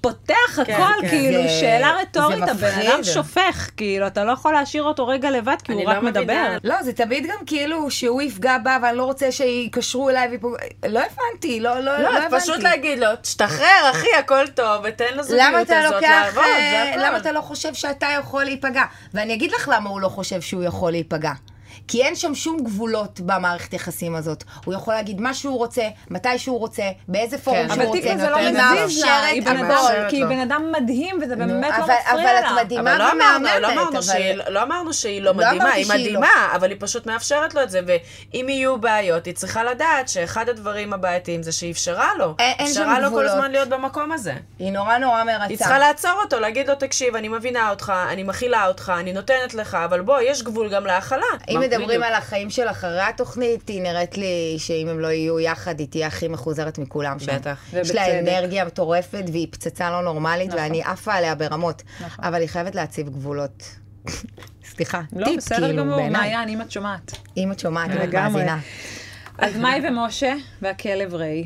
פותח הכל, כאילו, שאלה רטורית, הבן אדם שופך, כאילו, אתה לא יכול להשאיר אותו רגע לבד, כי הוא רק מדבר. לא, זה תמיד גם כאילו שהוא יפגע בה, ואני לא רוצה שיקשרו אליי, לא הבנתי, לא הבנתי. לא, פשוט להגיד לו, תשתחרר, אחי, הכל טוב, ותן לזוגיות הזאת לעבוד, זה הכל. למה אתה לא חושב שאתה יכול להיפגע? ואני אגיד לך למה הוא לא חושב שהוא יכול להיפגע. כי אין שם שום גבולות במערכת יחסים הזאת. הוא יכול להגיד מה שהוא רוצה, מתי שהוא רוצה, באיזה פורום שהוא רוצה. אבל תקווה זה לא מזיז לה, כי היא בן אדם מדהים, וזה באמת לא מפריע לה. אבל את מדהימה ומאמנת. לא אמרנו שהיא לא מדהימה, היא מדהימה, אבל היא פשוט מאפשרת לו את זה, ואם יהיו בעיות, היא צריכה לדעת שאחד הדברים הבעייתיים זה שהיא אפשרה לו. אפשרה לו כל הזמן להיות במקום הזה. היא נורא נורא מרצה. היא צריכה לעצור אותו, להגיד לו, תקשיב, אני מבינה אותך, אני מכילה אותך, אני נותנת לך, אבל בוא, יש גבול גם להכלה. אם מדברים על החיים של אחרי התוכנית, היא נראית לי שאם הם לא יהיו יחד, היא תהיה הכי מחוזרת מכולם שם. בטח. יש לה אנרגיה מטורפת, והיא פצצה לא נורמלית, ואני עפה עליה ברמות. אבל היא חייבת להציב גבולות. סליחה, טיפ, כאילו, לא, בסדר גמור, מעיין, אם את שומעת. אם את שומעת, אם את מאזינה. אז מאי ומשה והכלב ריי.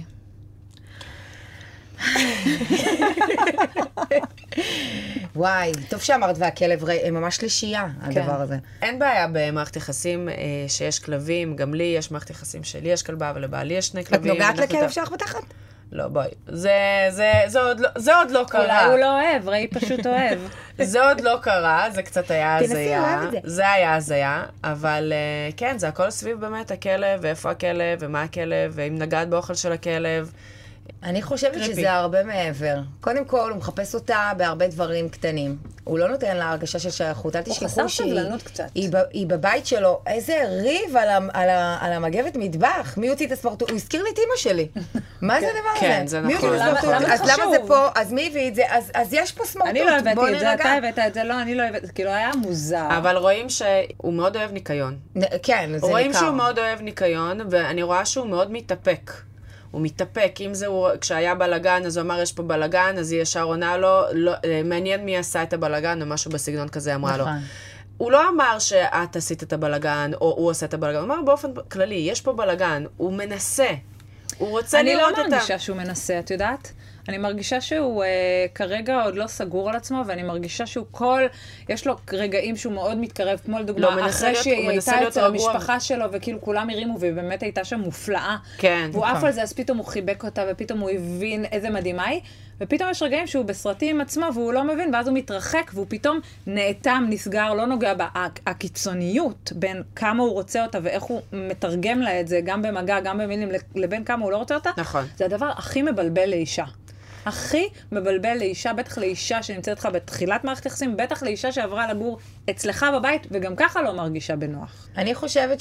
וואי, טוב שאמרת והכלב ריי, הם ממש שלישייה, הדבר הזה. אין בעיה במערכת יחסים שיש כלבים, גם לי יש מערכת יחסים שלי, יש כלבה, ולבעלי יש שני כלבים. את נוגעת לכלב שלך בתחת? לא, בואי. זה עוד לא קרה. אולי הוא לא אוהב, ריי פשוט אוהב. זה עוד לא קרה, זה קצת היה הזיה. תנסי אוהב את זה. זה היה הזיה, אבל כן, זה הכל סביב באמת הכלב, ואיפה הכלב, ומה הכלב, ואם נגעת באוכל של הכלב. אני חושבת שזה הרבה מעבר. קודם כל, הוא מחפש אותה בהרבה דברים קטנים. הוא לא נותן לה הרגשה של שייכות. אל תשכחו שהיא בבית שלו. איזה ריב על המגבת מטבח. מי הוציא את הסמרטוט? הוא הזכיר לי את אמא שלי. מה זה הדבר הזה? כן, זה נכון. אז למה זה פה? אז מי הביא את זה? אז יש פה סמרטוט. אני לא הבאתי את זה, אתה הבאת את זה, לא, אני לא הבאתי. כאילו, היה מוזר. אבל רואים שהוא מאוד אוהב ניקיון. כן, זה ניכר. רואים שהוא מאוד אוהב ניקיון, ואני רואה שהוא מאוד מתאפק. הוא מתאפק, אם זה הוא, כשהיה בלגן, אז הוא אמר, יש פה בלגן, אז היא ישר עונה לו, לא, מעניין מי עשה את הבלגן, או משהו בסגנון כזה אמרה לו. הוא לא אמר שאת עשית את הבלגן, או הוא עשה את הבלגן, הוא אמר באופן כללי, יש פה בלגן, הוא מנסה, הוא רוצה לראות את ה... אני לא מרגישה שהוא מנסה, את יודעת? אני מרגישה שהוא uh, כרגע עוד לא סגור על עצמו, ואני מרגישה שהוא כל, יש לו רגעים שהוא מאוד מתקרב, כמו לדוגמה, לא, אחרי שהיא הייתה אצל המשפחה שלו, וכאילו כולם הרימו, והיא באמת הייתה שם מופלאה. כן. והוא אף על זה, אז פתאום הוא חיבק אותה, ופתאום הוא הבין איזה מדהימה היא, ופתאום יש רגעים שהוא בסרטים עם עצמו, והוא לא מבין, ואז הוא מתרחק, והוא פתאום נאטם, נסגר, לא נוגע בה. הקיצוניות בין כמה הוא רוצה אותה, ואיך הוא מתרגם לה את זה, גם במגע, גם במילים, לבין כמה הוא לא רוצה אותה, נכון. זה הדבר הכי מבלבל לאישה. הכי מבלבל לאישה, בטח לאישה שנמצאת לך בתחילת מערכת יחסים, בטח לאישה שעברה לגור אצלך בבית, וגם ככה לא מרגישה בנוח. אני חושבת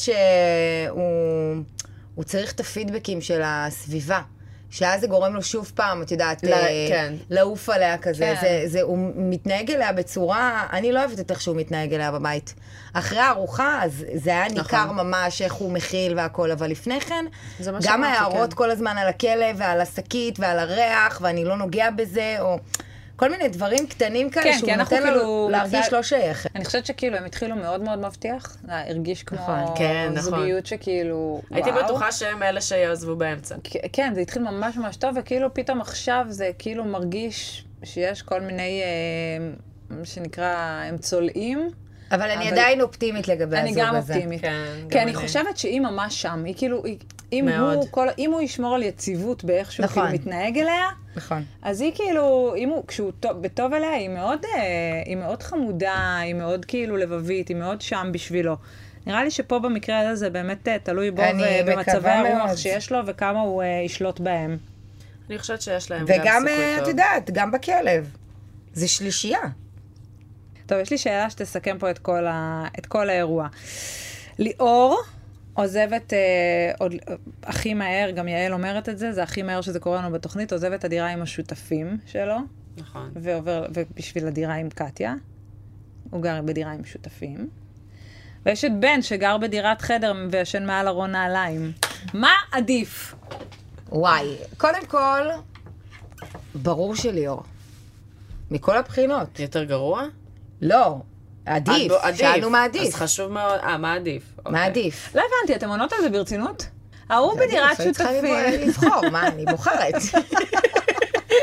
שהוא צריך את הפידבקים של הסביבה. שאז זה גורם לו שוב פעם, את יודעת, לעוף עליה כזה. הוא מתנהג אליה בצורה, אני לא אוהבת את איך שהוא מתנהג אליה בבית. אחרי הארוחה, אז זה היה ניכר ממש איך הוא מכיל והכל, אבל לפני כן, גם ההערות כל הזמן על הכלב ועל השקית ועל הריח, ואני לא נוגע בזה, או... כל מיני דברים קטנים כאלה כן, שהוא נותן לו כאילו להרגיש לא שייך. אני חושבת שכאילו הם התחילו מאוד מאוד מבטיח, זה הרגיש כמו כן, זוגיות נכון. שכאילו, הייתי וואו. בטוחה שהם אלה שיעזבו באמצע. כן, זה התחיל ממש ממש טוב, וכאילו פתאום עכשיו זה כאילו מרגיש שיש כל מיני, מה שנקרא, הם צולעים. אבל אני עדיין אופטימית לגבי הזוג הזה. אני גם אופטימית. כי אני חושבת שהיא ממש שם, היא כאילו, אם הוא ישמור על יציבות באיכשהו כאילו מתנהג אליה, נכון. אז היא כאילו, אם הוא, כשהוא בטוב אליה, היא מאוד, היא מאוד חמודה, היא מאוד כאילו לבבית, היא מאוד שם בשבילו. נראה לי שפה במקרה הזה זה באמת תלוי בו ובמצבי הרוח שיש לו וכמה הוא ישלוט בהם. אני חושבת שיש להם גם סיכוי טוב. וגם, את יודעת, גם בכלב. זה שלישייה. טוב, יש לי שאלה שתסכם פה את כל, ה... את כל האירוע. ליאור עוזבת אה, עוד, הכי מהר, גם יעל אומרת את זה, זה הכי מהר שזה קורה לנו בתוכנית, עוזבת את הדירה עם השותפים שלו. נכון. ועובר, ובשביל הדירה עם קטיה. הוא גר בדירה עם שותפים. ויש את בן שגר בדירת חדר וישן מעל ארון נעליים. מה עדיף? וואי, קודם כל, ברור שליאור. מכל הבחינות. יותר גרוע? לא, עדיף. שאלנו מה עדיף. אז חשוב מאוד, אה, מה עדיף? מה עדיף? לא הבנתי, אתם עונות על זה ברצינות? ההוא בדירת שותפים. אני צריכה לבחור, מה, אני בוחרת.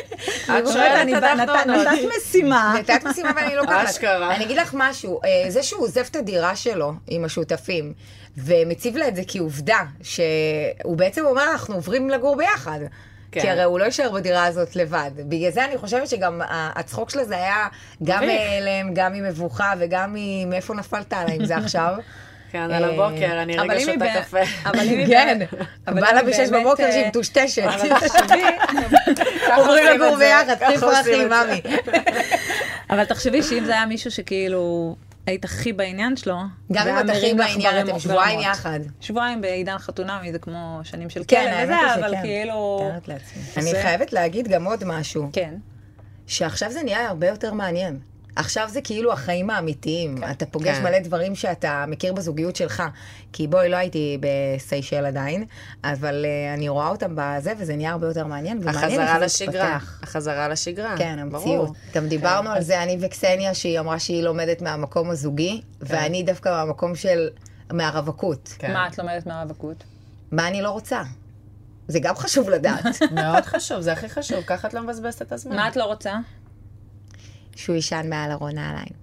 את שואלת, אנחנו עונות. נתת משימה. נתת משימה ואני לוקחת. אשכרה. אני אגיד לך משהו, זה שהוא עוזב את הדירה שלו עם השותפים, ומציב לה את זה כעובדה, שהוא בעצם אומר, אנחנו עוברים לגור ביחד. כי הרי הוא לא יישאר בדירה הזאת לבד. בגלל זה אני חושבת שגם הצחוק שלה זה היה גם מאלם, גם ממבוכה, וגם מאיפה נפלת עליי עם זה עכשיו. כן, על הבוקר, אני רגע שותה קפה. אבל אם היא באמת... בא לה בשש בבוקר שהיא מטושטשת. אבל תחשבי... עוברים לגור ביחד, קחי פרחים, ממי. אבל תחשבי שאם זה היה מישהו שכאילו... היית הכי בעניין שלו. גם אם את הכי בעניין, אתם שבועיים יחד. שבועיים בעידן חתונמי, זה כמו שנים של כלא וזה, אבל כאילו... אני חייבת להגיד גם עוד משהו. כן. שעכשיו זה נהיה הרבה יותר מעניין. עכשיו זה כאילו החיים האמיתיים. אתה פוגש מלא דברים שאתה מכיר בזוגיות שלך. כי בואי, לא הייתי בסיישל עדיין, אבל אני רואה אותם בזה, וזה נהיה הרבה יותר מעניין. החזרה לשגרה. החזרה לשגרה. כן, המציאות. גם דיברנו על זה, אני וקסניה, שהיא אמרה שהיא לומדת מהמקום הזוגי, ואני דווקא מהמקום של... מהרווקות. מה את לומדת מהרווקות? מה אני לא רוצה. זה גם חשוב לדעת. מאוד חשוב, זה הכי חשוב. ככה את לא מבזבזת את הזמן. מה את לא רוצה? שהוא ישן מעל ארון העליים.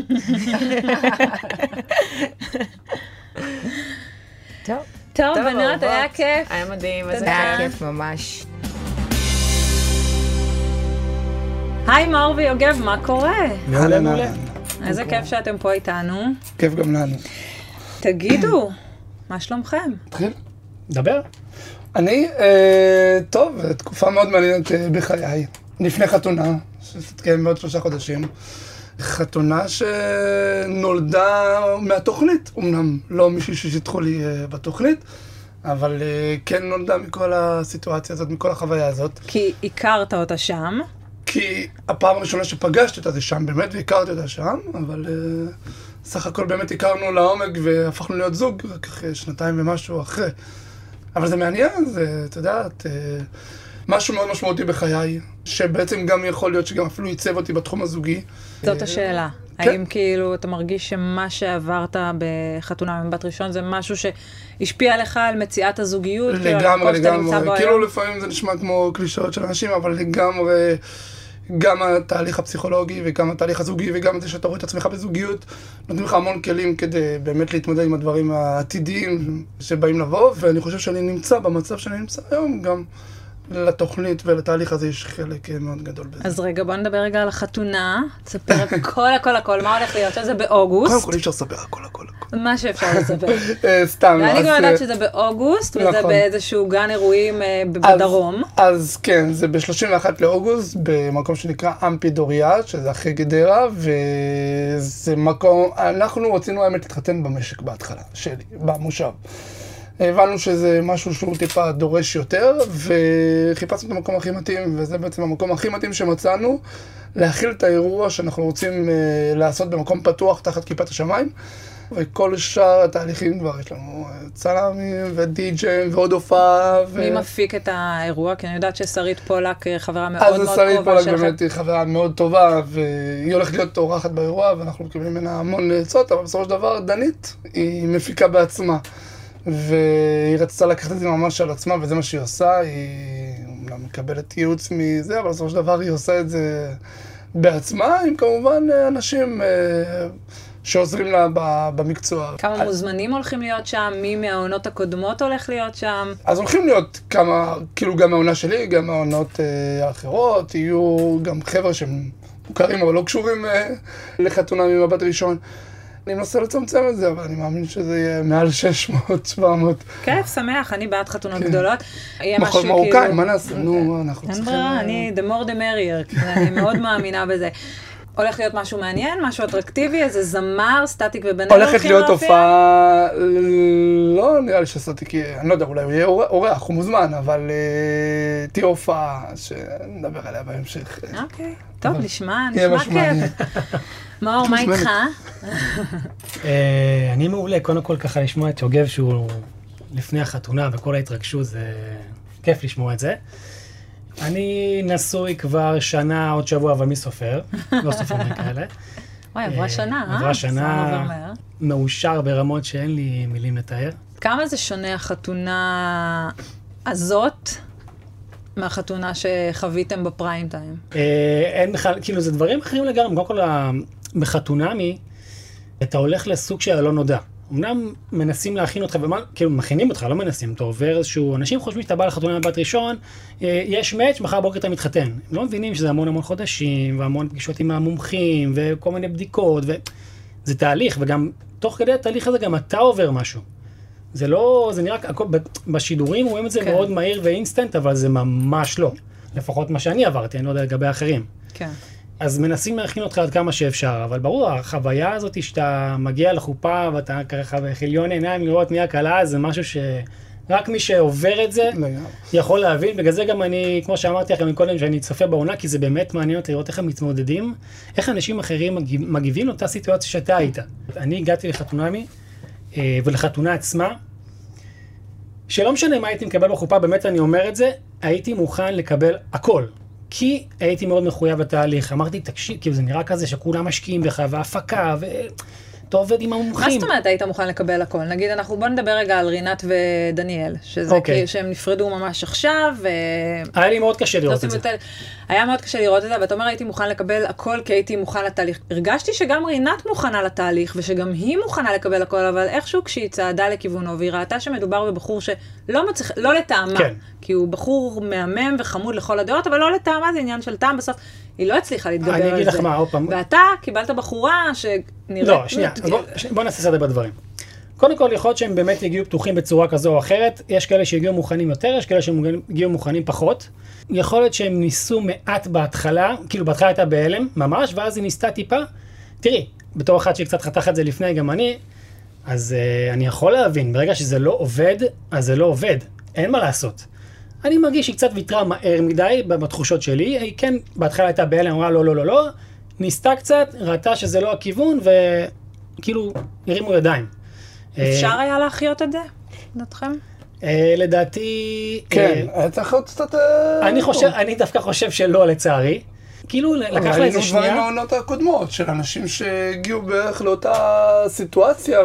טוב. טוב, בנות, היה כיף. היה מדהים. היה כיף ממש. היי מאור ויוגב, מה קורה? מעולה, מעולה. איזה כיף שאתם פה איתנו. כיף גם לנו. תגידו, מה שלומכם? תתחיל. דבר. אני, אה, טוב, תקופה מאוד מעניינת בחיי. לפני חתונה, שתתקיים בעוד שלושה חודשים. חתונה שנולדה מהתוכנית, אמנם לא מישהי ששיתחו לי uh, בתוכנית, אבל uh, כן נולדה מכל הסיטואציה הזאת, מכל החוויה הזאת. כי הכרת אותה שם? כי הפעם הראשונה שפגשתי אותה זה שם באמת, והכרתי אותה שם, אבל uh, סך הכל באמת הכרנו לעומק והפכנו להיות זוג, רק אחרי שנתיים ומשהו אחרי. אבל זה מעניין, זה, אתה יודעת, uh, משהו מאוד משמעותי בחיי, שבעצם גם יכול להיות שגם אפילו ייצב אותי בתחום הזוגי. זאת השאלה. האם כאילו אתה מרגיש שמה שעברת בחתונה מבת ראשון זה משהו שהשפיע עליך על מציאת הזוגיות? לגמרי, לגמרי. כאילו לפעמים זה נשמע כמו קלישאות של אנשים, אבל לגמרי, גם התהליך הפסיכולוגי וגם התהליך הזוגי וגם זה שאתה רואה את עצמך בזוגיות, נותנים לך המון כלים כדי באמת להתמודד עם הדברים העתידיים שבאים לבוא, ואני חושב שאני נמצא במצב שאני נמצא היום גם. לתוכנית ולתהליך הזה יש חלק מאוד גדול בזה. אז רגע, בוא נדבר רגע על החתונה. תספר הכל, הכל, הכל. מה הולך להיות? שזה באוגוסט. קודם כל אי אפשר לספר הכל, הכל, הכל. מה שאפשר לספר. סתם. ואני כבר יודעת שזה באוגוסט, וזה באיזשהו גן אירועים בדרום. אז כן, זה ב-שלושים ואחד לאוגוסט, במקום שנקרא אמפי דוריה, שזה אחרי גדרה, וזה מקום, אנחנו רצינו האמת להתחתן במשק בהתחלה, שלי, במושב. הבנו שזה משהו שהוא טיפה דורש יותר, וחיפשנו את המקום הכי מתאים, וזה בעצם המקום הכי מתאים שמצאנו, להכיל את האירוע שאנחנו רוצים לעשות במקום פתוח תחת כיפת השמיים, וכל שאר התהליכים כבר יש לנו צלמים ודי-ג'ים ועוד הופעה. מי מפיק את האירוע? כי אני יודעת ששרית פולק חברה מאוד מאוד קרובה שלכם. אז שרית פולק באמת היא חברה מאוד טובה, והיא הולכת להיות אורחת באירוע, ואנחנו מקבלים ממנה המון עצות, אבל בסופו של דבר דנית היא מפיקה בעצמה. והיא רצתה לקחת את זה ממש על עצמה, וזה מה שהיא עושה, היא אומנם מקבלת ייעוץ מזה, אבל בסופו של דבר היא עושה את זה בעצמה, עם כמובן אנשים שעוזרים לה במקצוע. כמה מוזמנים הולכים להיות שם? מי מהעונות הקודמות הולך להיות שם? אז הולכים להיות כמה, כאילו גם מהעונה שלי, גם מהעונות האחרות, יהיו גם חבר'ה שהם מוכרים אבל לא קשורים לחתונה ממבט ראשון. אני מנסה לצמצם את זה, אבל אני מאמין שזה יהיה מעל שש מאות שבע מאות. כיף, שמח, אני בעד חתונות גדולות. מחול מרוקאי, מה נעשה? נו, אנחנו צריכים... אין ברירה, אני, the more the merrier, אני מאוד מאמינה בזה. הולך להיות משהו מעניין, משהו אטרקטיבי, איזה זמר, סטטיק ובן הולכת להיות הופעה, לא נראה לי שסטטיק יהיה, אני לא יודע, אולי הוא יהיה אורח, הוא מוזמן, אבל תהיה הופעה שנדבר עליה בהמשך. אוקיי, טוב, נשמע, נשמע כיף. מאור, מה איתך? אני מעולה, קודם כל ככה לשמוע את יוגב שהוא לפני החתונה וכל ההתרגשות, זה כיף לשמוע את זה. אני נשוי כבר שנה, עוד שבוע, אבל מי סופר? לא סופרים כאלה. וואי, עברה שנה, אה? עברה שנה, מאושר ברמות שאין לי מילים לתאר. כמה זה שונה החתונה הזאת מהחתונה שחוויתם בפריים טיים? אין בכלל, כאילו זה דברים אחרים לגמרי, קודם כל בחתונמי, אתה הולך לסוג של לא נודע. אמנם מנסים להכין אותך, כאילו מכינים אותך, לא מנסים, אתה עובר איזשהו, אנשים חושבים שאתה בא לחתונה בבת ראשון, יש מאץ', מחר בוקר אתה מתחתן. הם לא מבינים שזה המון המון חודשים, והמון פגישות עם המומחים, וכל מיני בדיקות, וזה תהליך, וגם תוך כדי התהליך הזה גם אתה עובר משהו. זה לא, זה נראה, בשידורים רואים את זה מאוד מהיר ואינסטנט, אבל זה ממש לא. לפחות מה שאני עברתי, אני לא יודע לגבי האחרים. כן. אז מנסים להכין אותך עד כמה שאפשר, אבל ברור, החוויה הזאת שאתה מגיע לחופה ואתה ככה בחיליון עיניים לראות מי הקלה, זה משהו שרק מי שעובר את זה יכול להבין. בגלל זה גם אני, כמו שאמרתי לכם מקודם, שאני צופה בעונה, כי זה באמת מעניין אותי לראות איך הם מתמודדים, איך אנשים אחרים מגיבים לאותה סיטואציה שאתה היית. אני הגעתי לחתונמי, ולחתונה עצמה, שלא משנה מה הייתי מקבל בחופה, באמת אני אומר את זה, הייתי מוכן לקבל הכל. כי הייתי מאוד מחויב בתהליך. אמרתי, תקשיב, כאילו זה נראה כזה שכולם משקיעים בך, והפקה, ואתה עובד עם המומחים. מה זאת אומרת היית מוכן לקבל הכל? נגיד, אנחנו בוא נדבר רגע על רינת ודניאל, שזה okay. כאילו שהם נפרדו ממש עכשיו. ו... היה לי מאוד קשה לראות את זה. היה מאוד קשה לראות את זה, ואתה אומר, הייתי מוכן לקבל הכל, כי הייתי מוכן לתהליך. הרגשתי שגם רינת מוכנה לתהליך, ושגם היא מוכנה לקבל הכל, אבל איכשהו כשהיא צעדה לכיוונו, והיא ראתה שמדובר בבחור שלא מצליח, לא לטעמה, כן. כי הוא בחור מהמם וחמוד לכל הדעות, אבל לא לטעמה, זה עניין של טעם בסוף. היא לא הצליחה להתגבר על זה. אני אגיד לך מה, עוד פעם. ואתה קיבלת בחורה שנראית... לא, שנייה, בוא, בוא נעשה סדר בדברים. קודם כל, יכול להיות שהם באמת הגיעו פתוחים בצורה כזו או אחרת. יש כאלה שהגיעו מוכנים יותר, יש כאלה שהגיעו מוכנים פחות. יכול להיות שהם ניסו מעט בהתחלה, כאילו בהתחלה הייתה בהלם, ממש, ואז היא ניסתה טיפה. תראי, בתור אחד שקצת חתך את זה לפני, גם אני, אז uh, אני יכול להבין, ברגע שזה לא עובד, אז זה לא עובד. אין מה לעשות. אני מרגיש שהיא קצת ויתרה מהר מדי בתחושות שלי, היא כן בהתחלה הייתה בהלם, אמרה לא, לא, לא, לא, ניסתה קצת, ראתה שזה לא הכיוון, וכאילו הרימו ידיים. אפשר היה להחיות את זה, לדעתכם? לדעתי... כן, היה צריך להיות קצת... אני דווקא חושב שלא, לצערי. כאילו לקח לה איזה שנייה... דברים מהעונות הקודמות, של אנשים שהגיעו בערך לאותה סיטואציה,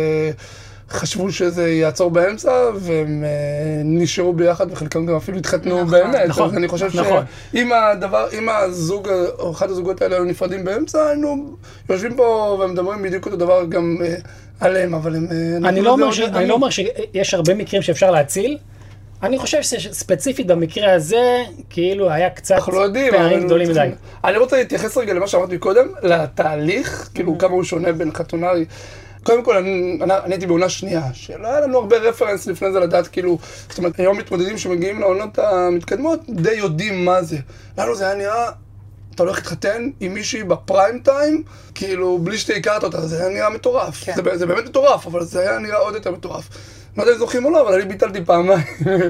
וחשבו שזה יעצור באמצע, והם נשארו ביחד, וחלקם גם אפילו התחתנו באמת. אז אני חושב שאם הדבר, אם הזוג, או אחד הזוגות האלה היו נפרדים באמצע, היינו יושבים פה ומדברים בדיוק אותו דבר גם... עליהם, אבל הם... אני לא אומר, ש... אני לא אומר שיש הרבה מקרים שאפשר להציל. אני חושב שספציפית במקרה הזה, כאילו היה קצת לא יודעים, פערים גדולים מדי. אני רוצה להתייחס רגע למה שאמרתי קודם, לתהליך, כאילו כמה הוא שונה בין חתונה. קודם כל, אני, אני, אני הייתי בעונה שנייה, שלא היה לנו הרבה רפרנס לפני זה לדעת, כאילו, זאת אומרת, היום מתמודדים שמגיעים לעונות המתקדמות, די יודעים מה זה. לנו זה היה נראה... אתה הולך להתחתן עם מישהי בפריים טיים, כאילו, בלי שאתה הכרת אותה, זה היה נראה מטורף. כן. זה, זה באמת מטורף, אבל זה היה נראה עוד יותר מטורף. לא יודע אם זוכים או לא, אבל אני ביטלתי פעמיים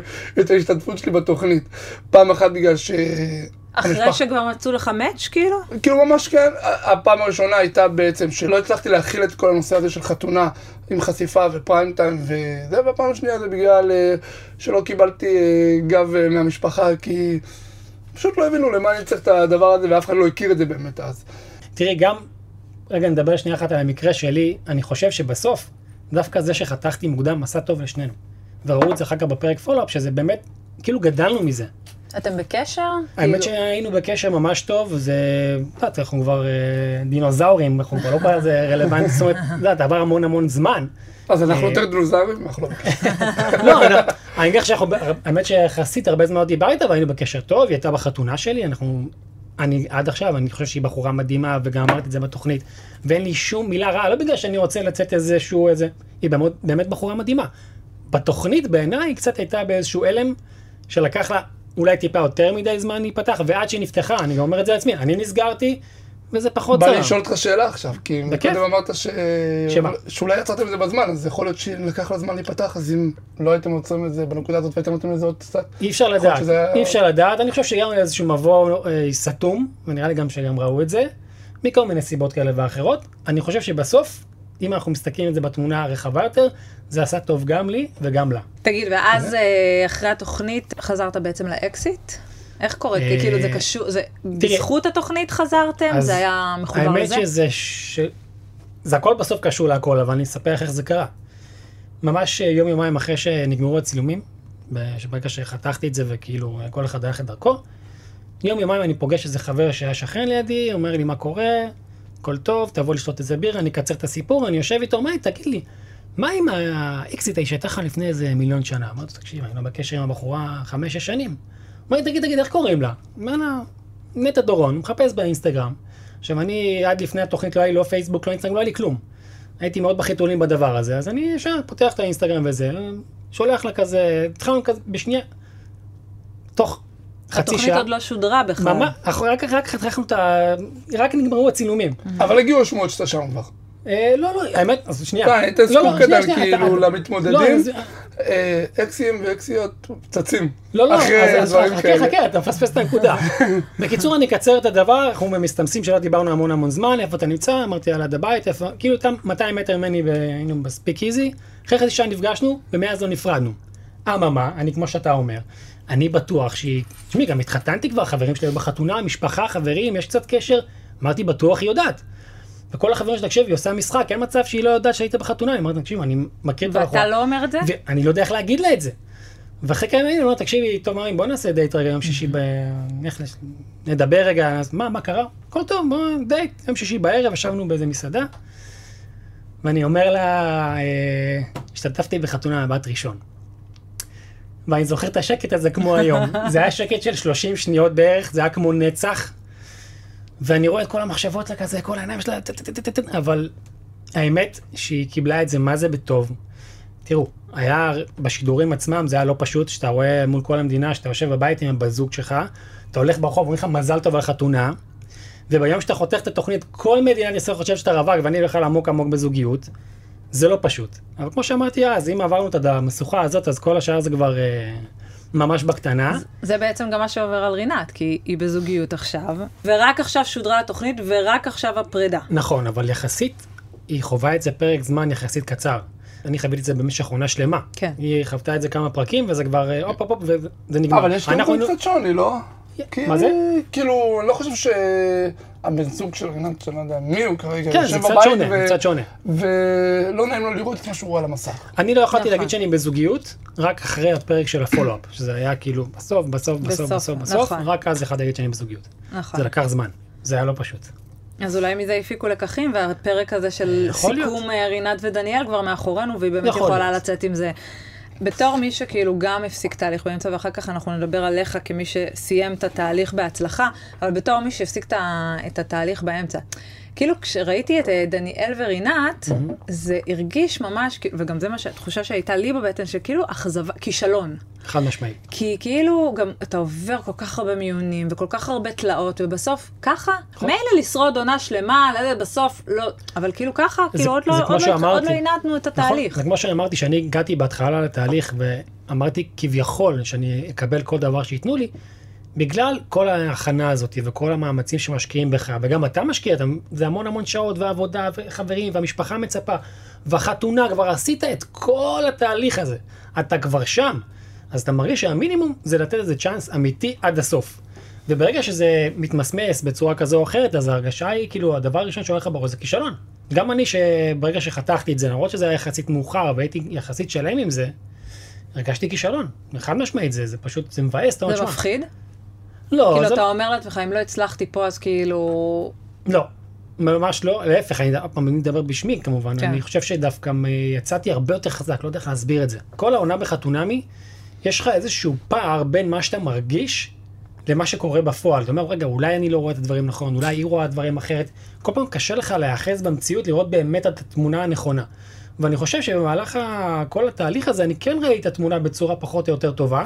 את ההשתתפות שלי בתוכנית. פעם אחת בגלל ש... אחרי המשפח... שכבר מצאו לך מאץ', כאילו? כאילו, ממש כן. הפעם הראשונה הייתה בעצם שלא הצלחתי להכיל את כל הנושא הזה של חתונה עם חשיפה ופריים טיים וזה, והפעם השנייה זה בגלל שלא קיבלתי גב מהמשפחה, כי... פשוט לא הבינו למה אני צריך את הדבר הזה, ואף אחד לא הכיר את זה באמת אז. תראי, גם, רגע נדבר שנייה אחת על המקרה שלי, אני חושב שבסוף, דווקא זה שחתכתי מוקדם עשה טוב לשנינו. וראו את זה אחר כך בפרק פולו-אפ, שזה באמת, כאילו גדלנו מזה. אתם בקשר? האמת שהיינו בקשר ממש טוב, זה, יודעת, אנחנו כבר דינוזאורים, אנחנו כבר לא כבר זה רלוונטי, זאת אומרת, יודעת, עבר המון המון זמן. אז אנחנו יותר דינוזאורים, אנחנו לא בקשר. לא, אני אגיד שאנחנו, האמת שיחסית הרבה זמן דיבר איתה, והיינו בקשר טוב, היא הייתה בחתונה שלי, אנחנו, אני עד עכשיו, אני חושב שהיא בחורה מדהימה, וגם אמרתי את זה בתוכנית, ואין לי שום מילה רעה, לא בגלל שאני רוצה לצאת איזשהו, איזה, היא באמת, באמת בחורה מדהימה. בתוכנית בעיניי היא קצת הייתה באיזשהו אלם, שלקח לה אולי טיפה יותר מדי זמן להיפתח, ועד שהיא נפתחה, אני גם אומר את זה לעצמי, אני נסגרתי, וזה פחות צרה. בא לי לשאול אותך שאלה עכשיו, כי קודם אמרת ש... שאולי יצרתם את זה בזמן, אז יכול להיות שלקח לה זמן להיפתח, אז אם לא הייתם עוצרים את זה בנקודה הזאת, והייתם נותנים לזה עוד קצת... אי אפשר לדעת, אי אפשר לדעת. אני חושב שגם איזשהו מבוא סתום, ונראה לי גם שגם ראו את זה, מכל מיני סיבות כאלה ואחרות. אני חושב שבסוף, אם אנחנו מסתכלים את זה בתמונה הרחבה יותר, זה עשה טוב גם לי וגם לה. תגיד, ואז אחרי התוכנית חזרת בעצם לאקסיט? איך קורה? כי כאילו זה קשור, זה בזכות התוכנית חזרתם? זה היה מחובר לזה? האמת שזה, זה הכל בסוף קשור להכל, אבל אני אספר איך זה קרה. ממש יום יומיים אחרי שנגמרו הצילומים, ברגע שחתכתי את זה וכאילו כל אחד הלך את דרכו, יום יומיים אני פוגש איזה חבר שהיה שכן לידי, אומר לי מה קורה, הכל טוב, תבוא לשתות איזה בירה, אני אקצר את הסיפור, אני יושב איתו, מה, תגיד לי, מה עם האקסיט שהייתה לך לפני איזה מיליון שנה? אמרתי, תקשיב, אני לא בקשר עם הבחורה חמש-שש שנים. אמרתי, תגיד, תגיד, איך קוראים לה? אומר לה, נטע דורון, מחפש באינסטגרם. עכשיו, אני עד לפני התוכנית לא היה לי לא פייסבוק, לא אינסטגרם, לא היה לי כלום. הייתי מאוד בחיתולים בדבר הזה, אז אני ישר פותח את האינסטגרם וזה, שולח לה כזה, התחלנו כזה בשנייה, תוך חצי שעה. התוכנית עוד לא שודרה בכלל. ממש, רק, רק חתכנו את ה... רק נגמרו הצילומים. אבל הגיעו שמועות שאתה שם כבר. לא, לא, האמת, אז שנייה. די, תסקור קטן כאילו למתמודדים, אקסים ואקסיות צצים. לא, לא, אז חכה, חכה, אתה מפספס את הנקודה. בקיצור, אני אקצר את הדבר, אנחנו מסתמסים שלא דיברנו המון המון זמן, איפה אתה נמצא, אמרתי על עד הבית, כאילו איתם מאתיים מטר ממני היינו בספיק איזי, אחרי חצי שעה נפגשנו, ומאז לא נפרדנו. אממה, אני כמו שאתה אומר, אני בטוח שהיא, תשמעי, גם התחתנתי כבר, חברים שלי בחתונה, משפחה, חברים, יש קצת קשר, אמרתי, בטוח היא יודעת. וכל החברים שתקשיב, היא עושה משחק, אין מצב שהיא לא יודעת שהיית בחתונה, אני אמרתי, תקשיב, אני מכיר את הלכות. ואתה לא אומר את זה? ואני לא יודע איך להגיד לה את זה. ואחרי כמה ימים, אני אומר, תקשיבי, טוב, מרים, בוא נעשה דייט רגע, יום שישי, נדבר רגע, אז מה, מה קרה? הכל טוב, בוא, דייט, יום שישי בערב, ישבנו באיזה מסעדה, ואני אומר לה, השתתפתי בחתונה בת ראשון. ואני זוכר את השקט הזה כמו היום. זה היה שקט של שלושים שניות בערך, זה היה כמו נצח. ואני רואה את כל המחשבות כזה, כל העיניים שלה, אבל האמת שהיא קיבלה את זה, מה זה בטוב. תראו, היה בשידורים עצמם, זה היה לא פשוט, שאתה רואה מול כל המדינה, שאתה יושב בבית עם הבזוג שלך, אתה הולך ברחוב, אומרים לך מזל טוב על חתונה, וביום שאתה חותך את התוכנית, כל מדינת ישראל חושב שאתה רווק, ואני הולך עמוק עמוק בזוגיות, זה לא פשוט. אבל כמו שאמרתי אז, אם עברנו את המשוכה הזאת, אז כל השאר זה כבר אה, ממש בקטנה. זה בעצם גם מה שעובר על רינת, כי היא בזוגיות עכשיו, ורק עכשיו שודרה התוכנית, ורק עכשיו הפרידה. נכון, אבל יחסית, היא חובה את זה פרק זמן יחסית קצר. אני חוויתי את זה במשך עונה שלמה. כן. היא חוותה את זה כמה פרקים, וזה כבר אופ אופ אופ, וזה נגמר. אבל יש לנו קצת שוני, לא? מה זה? כאילו, אני לא חושב שהבן זוג של רינת, שאני לא יודע מי הוא כרגע, כן, זה קצת שונה, זה קצת שונה. ולא נעים לו לראות את מה שהוא רואה על המסך. אני לא יכולתי להגיד שאני בזוגיות, רק אחרי הפרק של הפולו-אפ, שזה היה כאילו בסוף, בסוף, בסוף, בסוף, בסוף, רק אז אחד להגיד שאני בזוגיות. זה לקח זמן, זה היה לא פשוט. אז אולי מזה הפיקו לקחים, והפרק הזה של סיכום רינת ודניאל כבר מאחורינו, והיא באמת יכולה לצאת עם זה. בתור מי שכאילו גם הפסיק תהליך באמצע, ואחר כך אנחנו נדבר עליך כמי שסיים את התהליך בהצלחה, אבל בתור מי שהפסיק את התהליך באמצע. כאילו כשראיתי את דניאל ורינת, mm-hmm. זה הרגיש ממש, וגם זה מה שהתחושה שהייתה לי בבטן, שכאילו אכזבה, כישלון. חד משמעית. כי כאילו גם אתה עובר כל כך הרבה מיונים, וכל כך הרבה תלאות, ובסוף ככה, מילא לשרוד עונה שלמה, בסוף לא, אבל כאילו ככה, זה, כאילו עוד לא, עוד לא, עוד לא עינתנו את התהליך. נכון, זה כמו שאמרתי, שאני הגעתי בהתחלה לתהליך, ואמרתי כביכול שאני אקבל כל דבר שיתנו לי, בגלל כל ההכנה הזאת וכל המאמצים שמשקיעים בך, וגם אתה משקיע, אתה, זה המון המון שעות ועבודה וחברים, והמשפחה מצפה, והחתונה, כבר עשית את כל התהליך הזה, אתה כבר שם, אז אתה מרגיש שהמינימום זה לתת איזה צ'אנס אמיתי עד הסוף. וברגע שזה מתמסמס בצורה כזו או אחרת, אז ההרגשה היא כאילו, הדבר הראשון שהולך לך בראש זה כישלון. גם אני שברגע שחתכתי את זה, למרות שזה היה יחסית מאוחר, והייתי יחסית שלם עם זה, הרגשתי כישלון. חד משמעית זה, זה פשוט, זה מבאס. זה מפחיד? לא. כאילו אתה אומר לעצמך, אם לא הצלחתי פה, אז כאילו... לא, ממש לא. להפך, אני מדבר בשמי כמובן. אני חושב שדווקא יצאתי הרבה יותר חזק, לא יודע איך להסביר את זה. כל העונה בחתונמי, יש לך איזשהו פער בין מה שאתה מרגיש למה שקורה בפועל. אתה אומר, רגע, אולי אני לא רואה את הדברים נכון, אולי היא רואה דברים אחרת. כל פעם קשה לך להיאחז במציאות, לראות באמת את התמונה הנכונה. ואני חושב שבמהלך כל התהליך הזה, אני כן ראיתי את התמונה בצורה פחות או יותר טובה.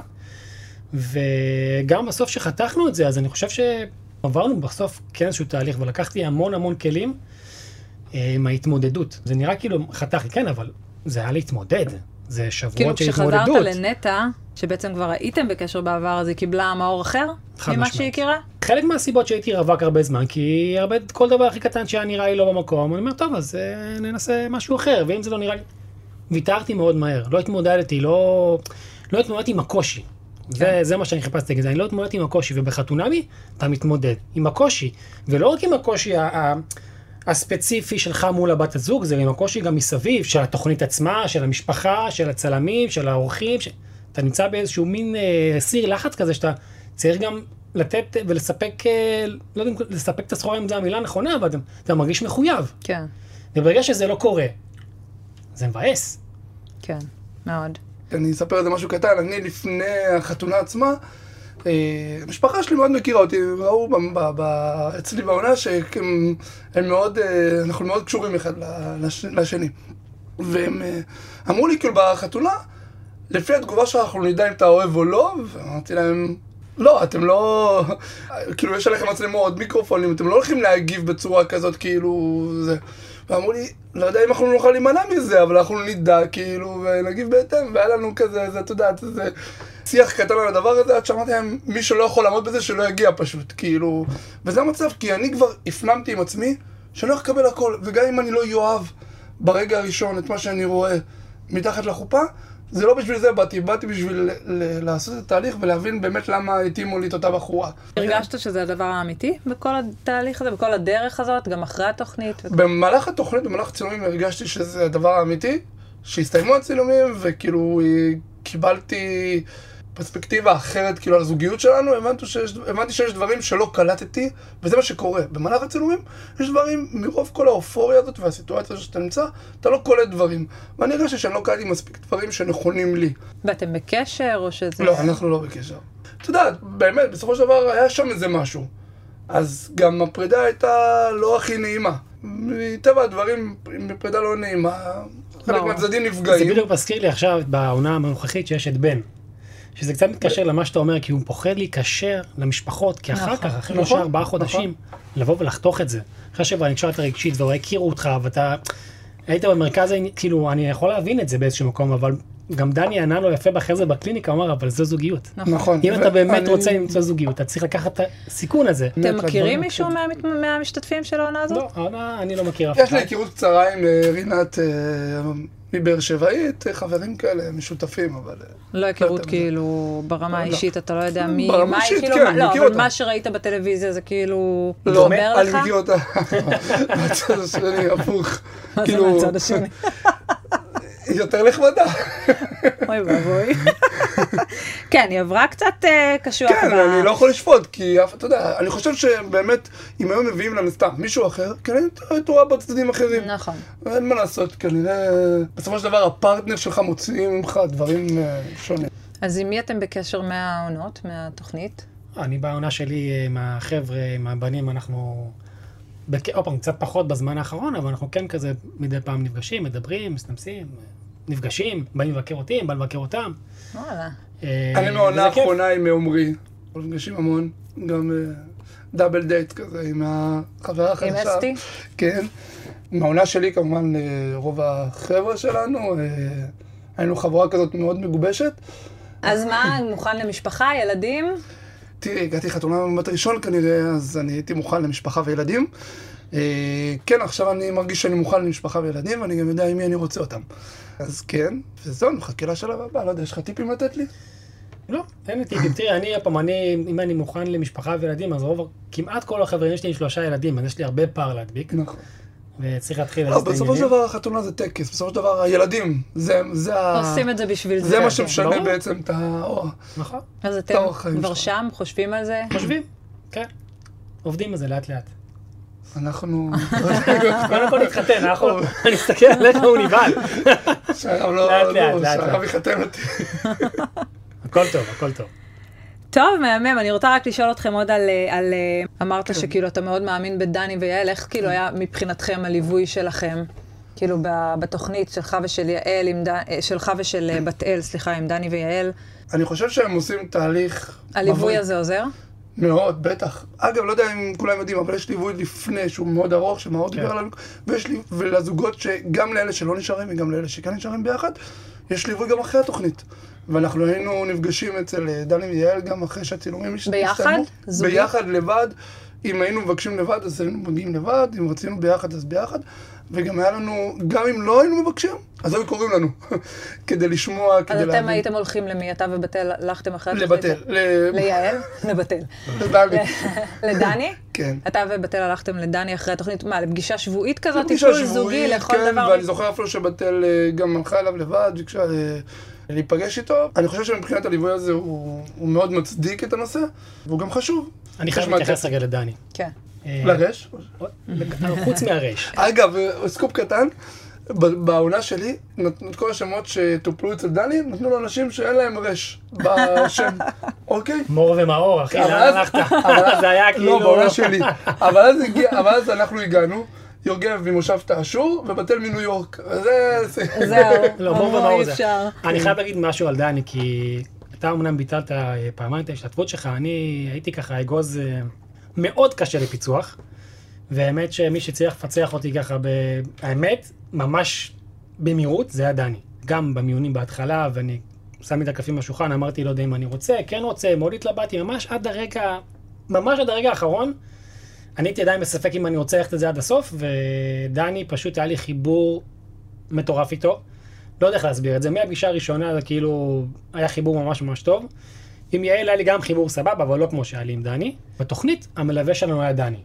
וגם בסוף שחתכנו את זה, אז אני חושב שעברנו בסוף כן איזשהו תהליך, ולקחתי המון המון כלים עם ההתמודדות. זה נראה כאילו חתכתי, כן, אבל זה היה להתמודד. זה שבועות של התמודדות. כאילו כשחזרת לנטע, שבעצם כבר הייתם בקשר בעבר, אז היא קיבלה מאור אחר ממה שהיא הכירה? חלק מהסיבות שהייתי רווק הרבה זמן, כי הרבה, כל דבר הכי קטן שהיה נראה לי לא במקום, אני אומר, טוב, אז ננסה משהו אחר, ואם זה לא נראה לי... ויתרתי מאוד מהר, לא התמודדתי, לא, לא התמודדתי עם הקושי. זה, זה מה שאני חיפשתי, אני לא התמודדתי עם הקושי, ובחתונמי אתה מתמודד עם הקושי, ולא רק עם הקושי ה- ה- הספציפי שלך מול הבת הזוג, זה עם הקושי גם מסביב, של התוכנית עצמה, של המשפחה, של הצלמים, של האורחים, ש... אתה נמצא באיזשהו מין אה, סיר לחץ כזה, שאתה צריך גם לתת ולספק, אה, לא יודע, לספק את הסחורה אם זו המילה הנכונה, אבל אתה, אתה מרגיש מחויב. כן. וברגע שזה לא קורה, זה מבאס. כן, מאוד. אני אספר איזה משהו קטן, אני לפני החתונה עצמה, המשפחה שלי מאוד מכירה אותי, ראו אצלי בעונה שהם מאוד, אנחנו מאוד קשורים אחד לשני. והם אמרו לי כאילו בחתונה, לפי התגובה שלך אנחנו נדע אם אתה אוהב או לא, ואמרתי להם, לא, אתם לא, כאילו יש עליכם מצלמות, מיקרופונים, אתם לא הולכים להגיב בצורה כזאת כאילו זה. ואמרו לי, לא יודע אם אנחנו נוכל להימנע מזה, אבל אנחנו נדע כאילו ונגיב בהתאם, והיה לנו כזה, זה, אתה יודע, זה שיח קטן על הדבר הזה, עד שאמרתי להם, מי שלא יכול לעמוד בזה שלא יגיע פשוט, כאילו, וזה המצב, כי אני כבר הפנמתי עם עצמי שאני לא אקבל הכל, וגם אם אני לא יאהב ברגע הראשון את מה שאני רואה מתחת לחופה, זה לא בשביל זה באתי, באתי בשביל ל- לעשות את התהליך ולהבין באמת למה התאימו לי את אותה בחורה. הרגשת שזה הדבר האמיתי בכל התהליך הזה, בכל הדרך הזאת, גם אחרי התוכנית? במהלך התוכנית, במהלך הצילומים, הרגשתי שזה הדבר האמיתי, שהסתיימו הצילומים וכאילו קיבלתי פרספקטיבה אחרת כאילו על הזוגיות שלנו, הבנתי שיש, הבנתי שיש דברים שלא קלטתי, וזה מה שקורה. במהלך הצילומים יש דברים, מרוב כל האופוריה הזאת והסיטואציה שאתה נמצא, אתה לא קולט דברים. ואני הרגשתי שאני לא קלטתי מספיק דברים שנכונים לי. ואתם בקשר או שזה... לא, אנחנו לא בקשר. אתה יודע, באמת, בסופו של דבר היה שם איזה משהו. אז גם הפרידה הייתה לא הכי נעימה. מטבע הדברים, אם הפרידה לא נעימה, חלק מהצדדים נפגעים. זה בדיוק מזכיר לי עכשיו בעונה הנוכחית שיש את בן. שזה קצת מתקשר למה שאתה אומר, כי הוא פוחד להיקשר למשפחות, כי אחר כך, אחרי שלושה ארבעה חודשים, לבוא ולחתוך את זה. אחרי שכבר נקשרת רגשית ולא הכירו אותך, ואתה היית במרכז, כאילו, אני יכול להבין את זה באיזשהו מקום, אבל גם דני ענה לו יפה אחרי זה בקליניקה, אמר, אבל זו זוגיות. נכון. אם אתה באמת רוצה למצוא זוגיות, אתה צריך לקחת את הסיכון הזה. אתם מכירים מישהו מהמשתתפים של העונה הזאת? לא, העונה אני לא מכיר אף אחד. יש לי היכרות קצרה עם רינת מבאר שבעית, חברים כאלה, משותפים, אבל... לא היכרות כאילו ברמה האישית, אתה לא יודע מי... ברמה האישית, כן, לא, מכיר אבל אותה. מה שראית בטלוויזיה זה כאילו... לא, מתחבר אני לך? מכיר אותה. מהצד השני, הפוך. מה זה כאילו, מהצד השני? היא יותר נחמדה. אוי ואבוי. כן, היא עברה קצת קשוח. כן, אני לא יכול לשפוט, כי אתה יודע, אני חושב שבאמת, אם היו מביאים לנו סתם מישהו אחר, כנראה היית רואה בצדדים אחרים. נכון. אין מה לעשות, כנראה, בסופו של דבר הפרטנר שלך מוציאים ממך דברים שונים. אז עם מי אתם בקשר מהעונות, מהתוכנית? אני בעונה שלי עם החבר'ה, עם הבנים, אנחנו... עוד פעם, קצת פחות בזמן האחרון, אבל אנחנו כן כזה מדי פעם נפגשים, מדברים, מסתמסים, נפגשים, באים לבקר אותי, באים לבקר אותם. וואלה. אני מהעונה האחרונה עם עומרי, נפגשים המון, גם דאבל דייט כזה עם החברה החדשה. עם אסתי? כן. מהעונה שלי כמובן רוב החבר'ה שלנו, היינו חברה כזאת מאוד מגובשת. אז מה, מוכן למשפחה, ילדים? תראי, הגעתי חתונה במבט ראשון כנראה, אז אני הייתי מוכן למשפחה וילדים. כן, עכשיו אני מרגיש שאני מוכן למשפחה וילדים, ואני גם יודע עם מי אני רוצה אותם. אז כן, וזהו, אני מחכה לשלב הבא, לא יודע, יש לך טיפים לתת לי? לא, אין לי טיפים. תראי, אני, הפעם, אני, אם אני מוכן למשפחה וילדים, אז רוב, כמעט כל החברים שלי עם שלושה ילדים, אז יש לי הרבה פער להדביק. נכון. וצריך להתחיל לא, בסופו של דבר החתונה זה טקס, בסופו של דבר הילדים, זה, זה ה... עושים את זה בשביל זה. זה מה שמשנה בעצם את ה... נכון. אז אתם כבר שם, חושבים על זה? חושבים, כן. עובדים על זה לאט לאט. אנחנו... קודם כל נתחתן, אנחנו... אני מסתכל עליך, הוא נבהל. שהרב לא... לאט לאט, לאט. שהרב יחתן אותי. הכל טוב, הכל טוב. טוב, מהמם, אני רוצה רק לשאול אתכם עוד על, על אמרת שכאילו אתה מאוד מאמין בדני ויעל, איך כאילו היה מבחינתכם הליווי שלכם, כאילו בתוכנית שלך ושל יעל, שלך ושל בת אל, סליחה, עם דני ויעל? אני חושב שהם עושים תהליך... הליווי הזה עוזר? מאוד, בטח. אגב, לא יודע אם כולם יודעים, אבל יש ליווי לפני שהוא מאוד ארוך, שמאוד דיבר עלינו, ויש לי, ולזוגות שגם לאלה שלא נשארים וגם לאלה שכן נשארים ביחד, יש ליווי גם אחרי התוכנית. ואנחנו היינו נפגשים אצל דני ויעל גם אחרי שהצילומים הסתיימו. ביחד? זוגי? ביחד, לבד. אם היינו מבקשים לבד, אז היינו מגיעים לבד, אם רצינו ביחד, אז ביחד. וגם היה לנו, גם אם לא היינו מבקשים, אז היו קוראים לנו, כדי לשמוע, כדי להבין. אז אתם הייתם הולכים למי? אתה ובתל הלכתם אחרי התוכנית? לבתל. ליעל? לבתל. לדני. לדני? כן. אתה ובתל הלכתם לדני אחרי התוכנית, מה, לפגישה שבועית כזאת? לפגישה טיפול זוגי שבועית, לכל כן, דבר? ואני זוכר אפילו שבתל גם הלכה אליו לבד, ביקשה להיפגש איתו. אני חושב שמבחינת הליווי הזה הוא, הוא מאוד מצדיק את הנושא, והוא גם חשוב. אני חייב להתייחס רגע לדני. כן. לרש? חוץ מהרש. אגב, סקופ קטן, בעונה שלי, נתנו את כל השמות שטופלו אצל דני, נתנו לו אנשים שאין להם רש בשם, אוקיי? מור ומאור, אחי, לאן הלכת? זה היה כאילו... לא, בעונה שלי. אבל אז אנחנו הגענו, יוגב ממושב תאשור, ובטל מניו יורק. זה... זהו. לא, מור ומאור זה. אני חייב להגיד משהו על דני, כי אתה אמנם ביטלת פעמיים את ההשתתפות שלך, אני הייתי ככה אגוז מאוד קשה לפיצוח, והאמת שמי שצריך לפצח אותי ככה, האמת, ממש במהירות, זה היה דני. גם במיונים בהתחלה, ואני שמתי את הקלפים בשולחן, אמרתי, לא יודע אם אני רוצה, כן רוצה, מאוד התלבטתי, ממש עד הרגע, ממש עד הרגע האחרון, אני הייתי עדיין בספק אם אני רוצה ללכת את זה עד הסוף, ודני פשוט היה לי חיבור מטורף איתו. לא יודע איך להסביר את זה, מהפגישה הראשונה זה כאילו היה חיבור ממש ממש טוב. עם יעל היה לי גם חיבור סבבה, אבל לא כמו שהיה לי עם דני. בתוכנית המלווה שלנו היה דני.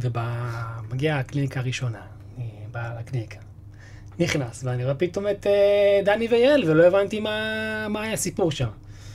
ובמגיעה הקליניקה הראשונה, אני בא לקליניקה, נכנס, ואני רואה פתאום את דני ויעל, ולא הבנתי מה, מה היה הסיפור שם.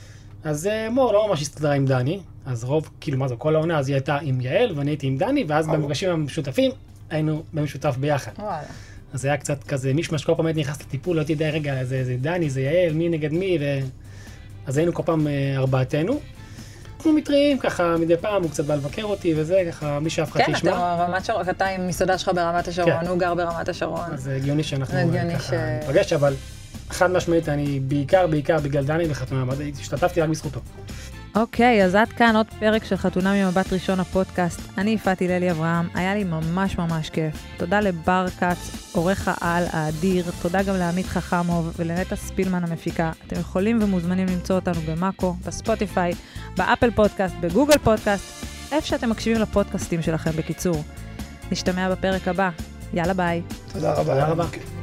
אז מור לא ממש הסתדרה עם דני, אז רוב, כאילו מה זו, כל העונה, אז היא הייתה עם יעל, ואני הייתי עם דני, ואז במפגשים המשותפים, היינו במשותף ביחד. וואלה. אז היה קצת כזה, מישמש כל פעם הייתי נכנס לטיפול, לא תדע, רגע, זה, זה דני, זה יעל, מי נגד מי, ו... אז היינו כל פעם ארבעתנו. אנחנו מתראים ככה, מדי פעם הוא קצת בא לבקר אותי, וזה ככה, מי שאף אחד שישמע. כן, אתה רמת שרון, אתה עם מסעדה שלך ברמת השרון, הוא גר ברמת השרון. אז זה הגיוני שאנחנו ככה נפגש, אבל חד משמעית, אני בעיקר, בעיקר בגלל דני וחתונה, השתתפתי רק בזכותו. אוקיי, אז עד כאן עוד פרק של חתונה ממבט ראשון הפודקאסט. אני יפעת הללי אברהם, היה לי ממש ממש כיף. תודה לבר כץ, עורך העל האדיר, תודה גם לעמית חכמוב ולנטע ספילמן המפיקה. אתם יכולים ומוזמנים למצוא אותנו במאקו, בספוטיפיי, באפל פודקאסט, בגוגל פודקאסט, איפה שאתם מקשיבים לפודקאסטים שלכם בקיצור. נשתמע בפרק הבא. יאללה ביי. תודה רבה. תודה רבה.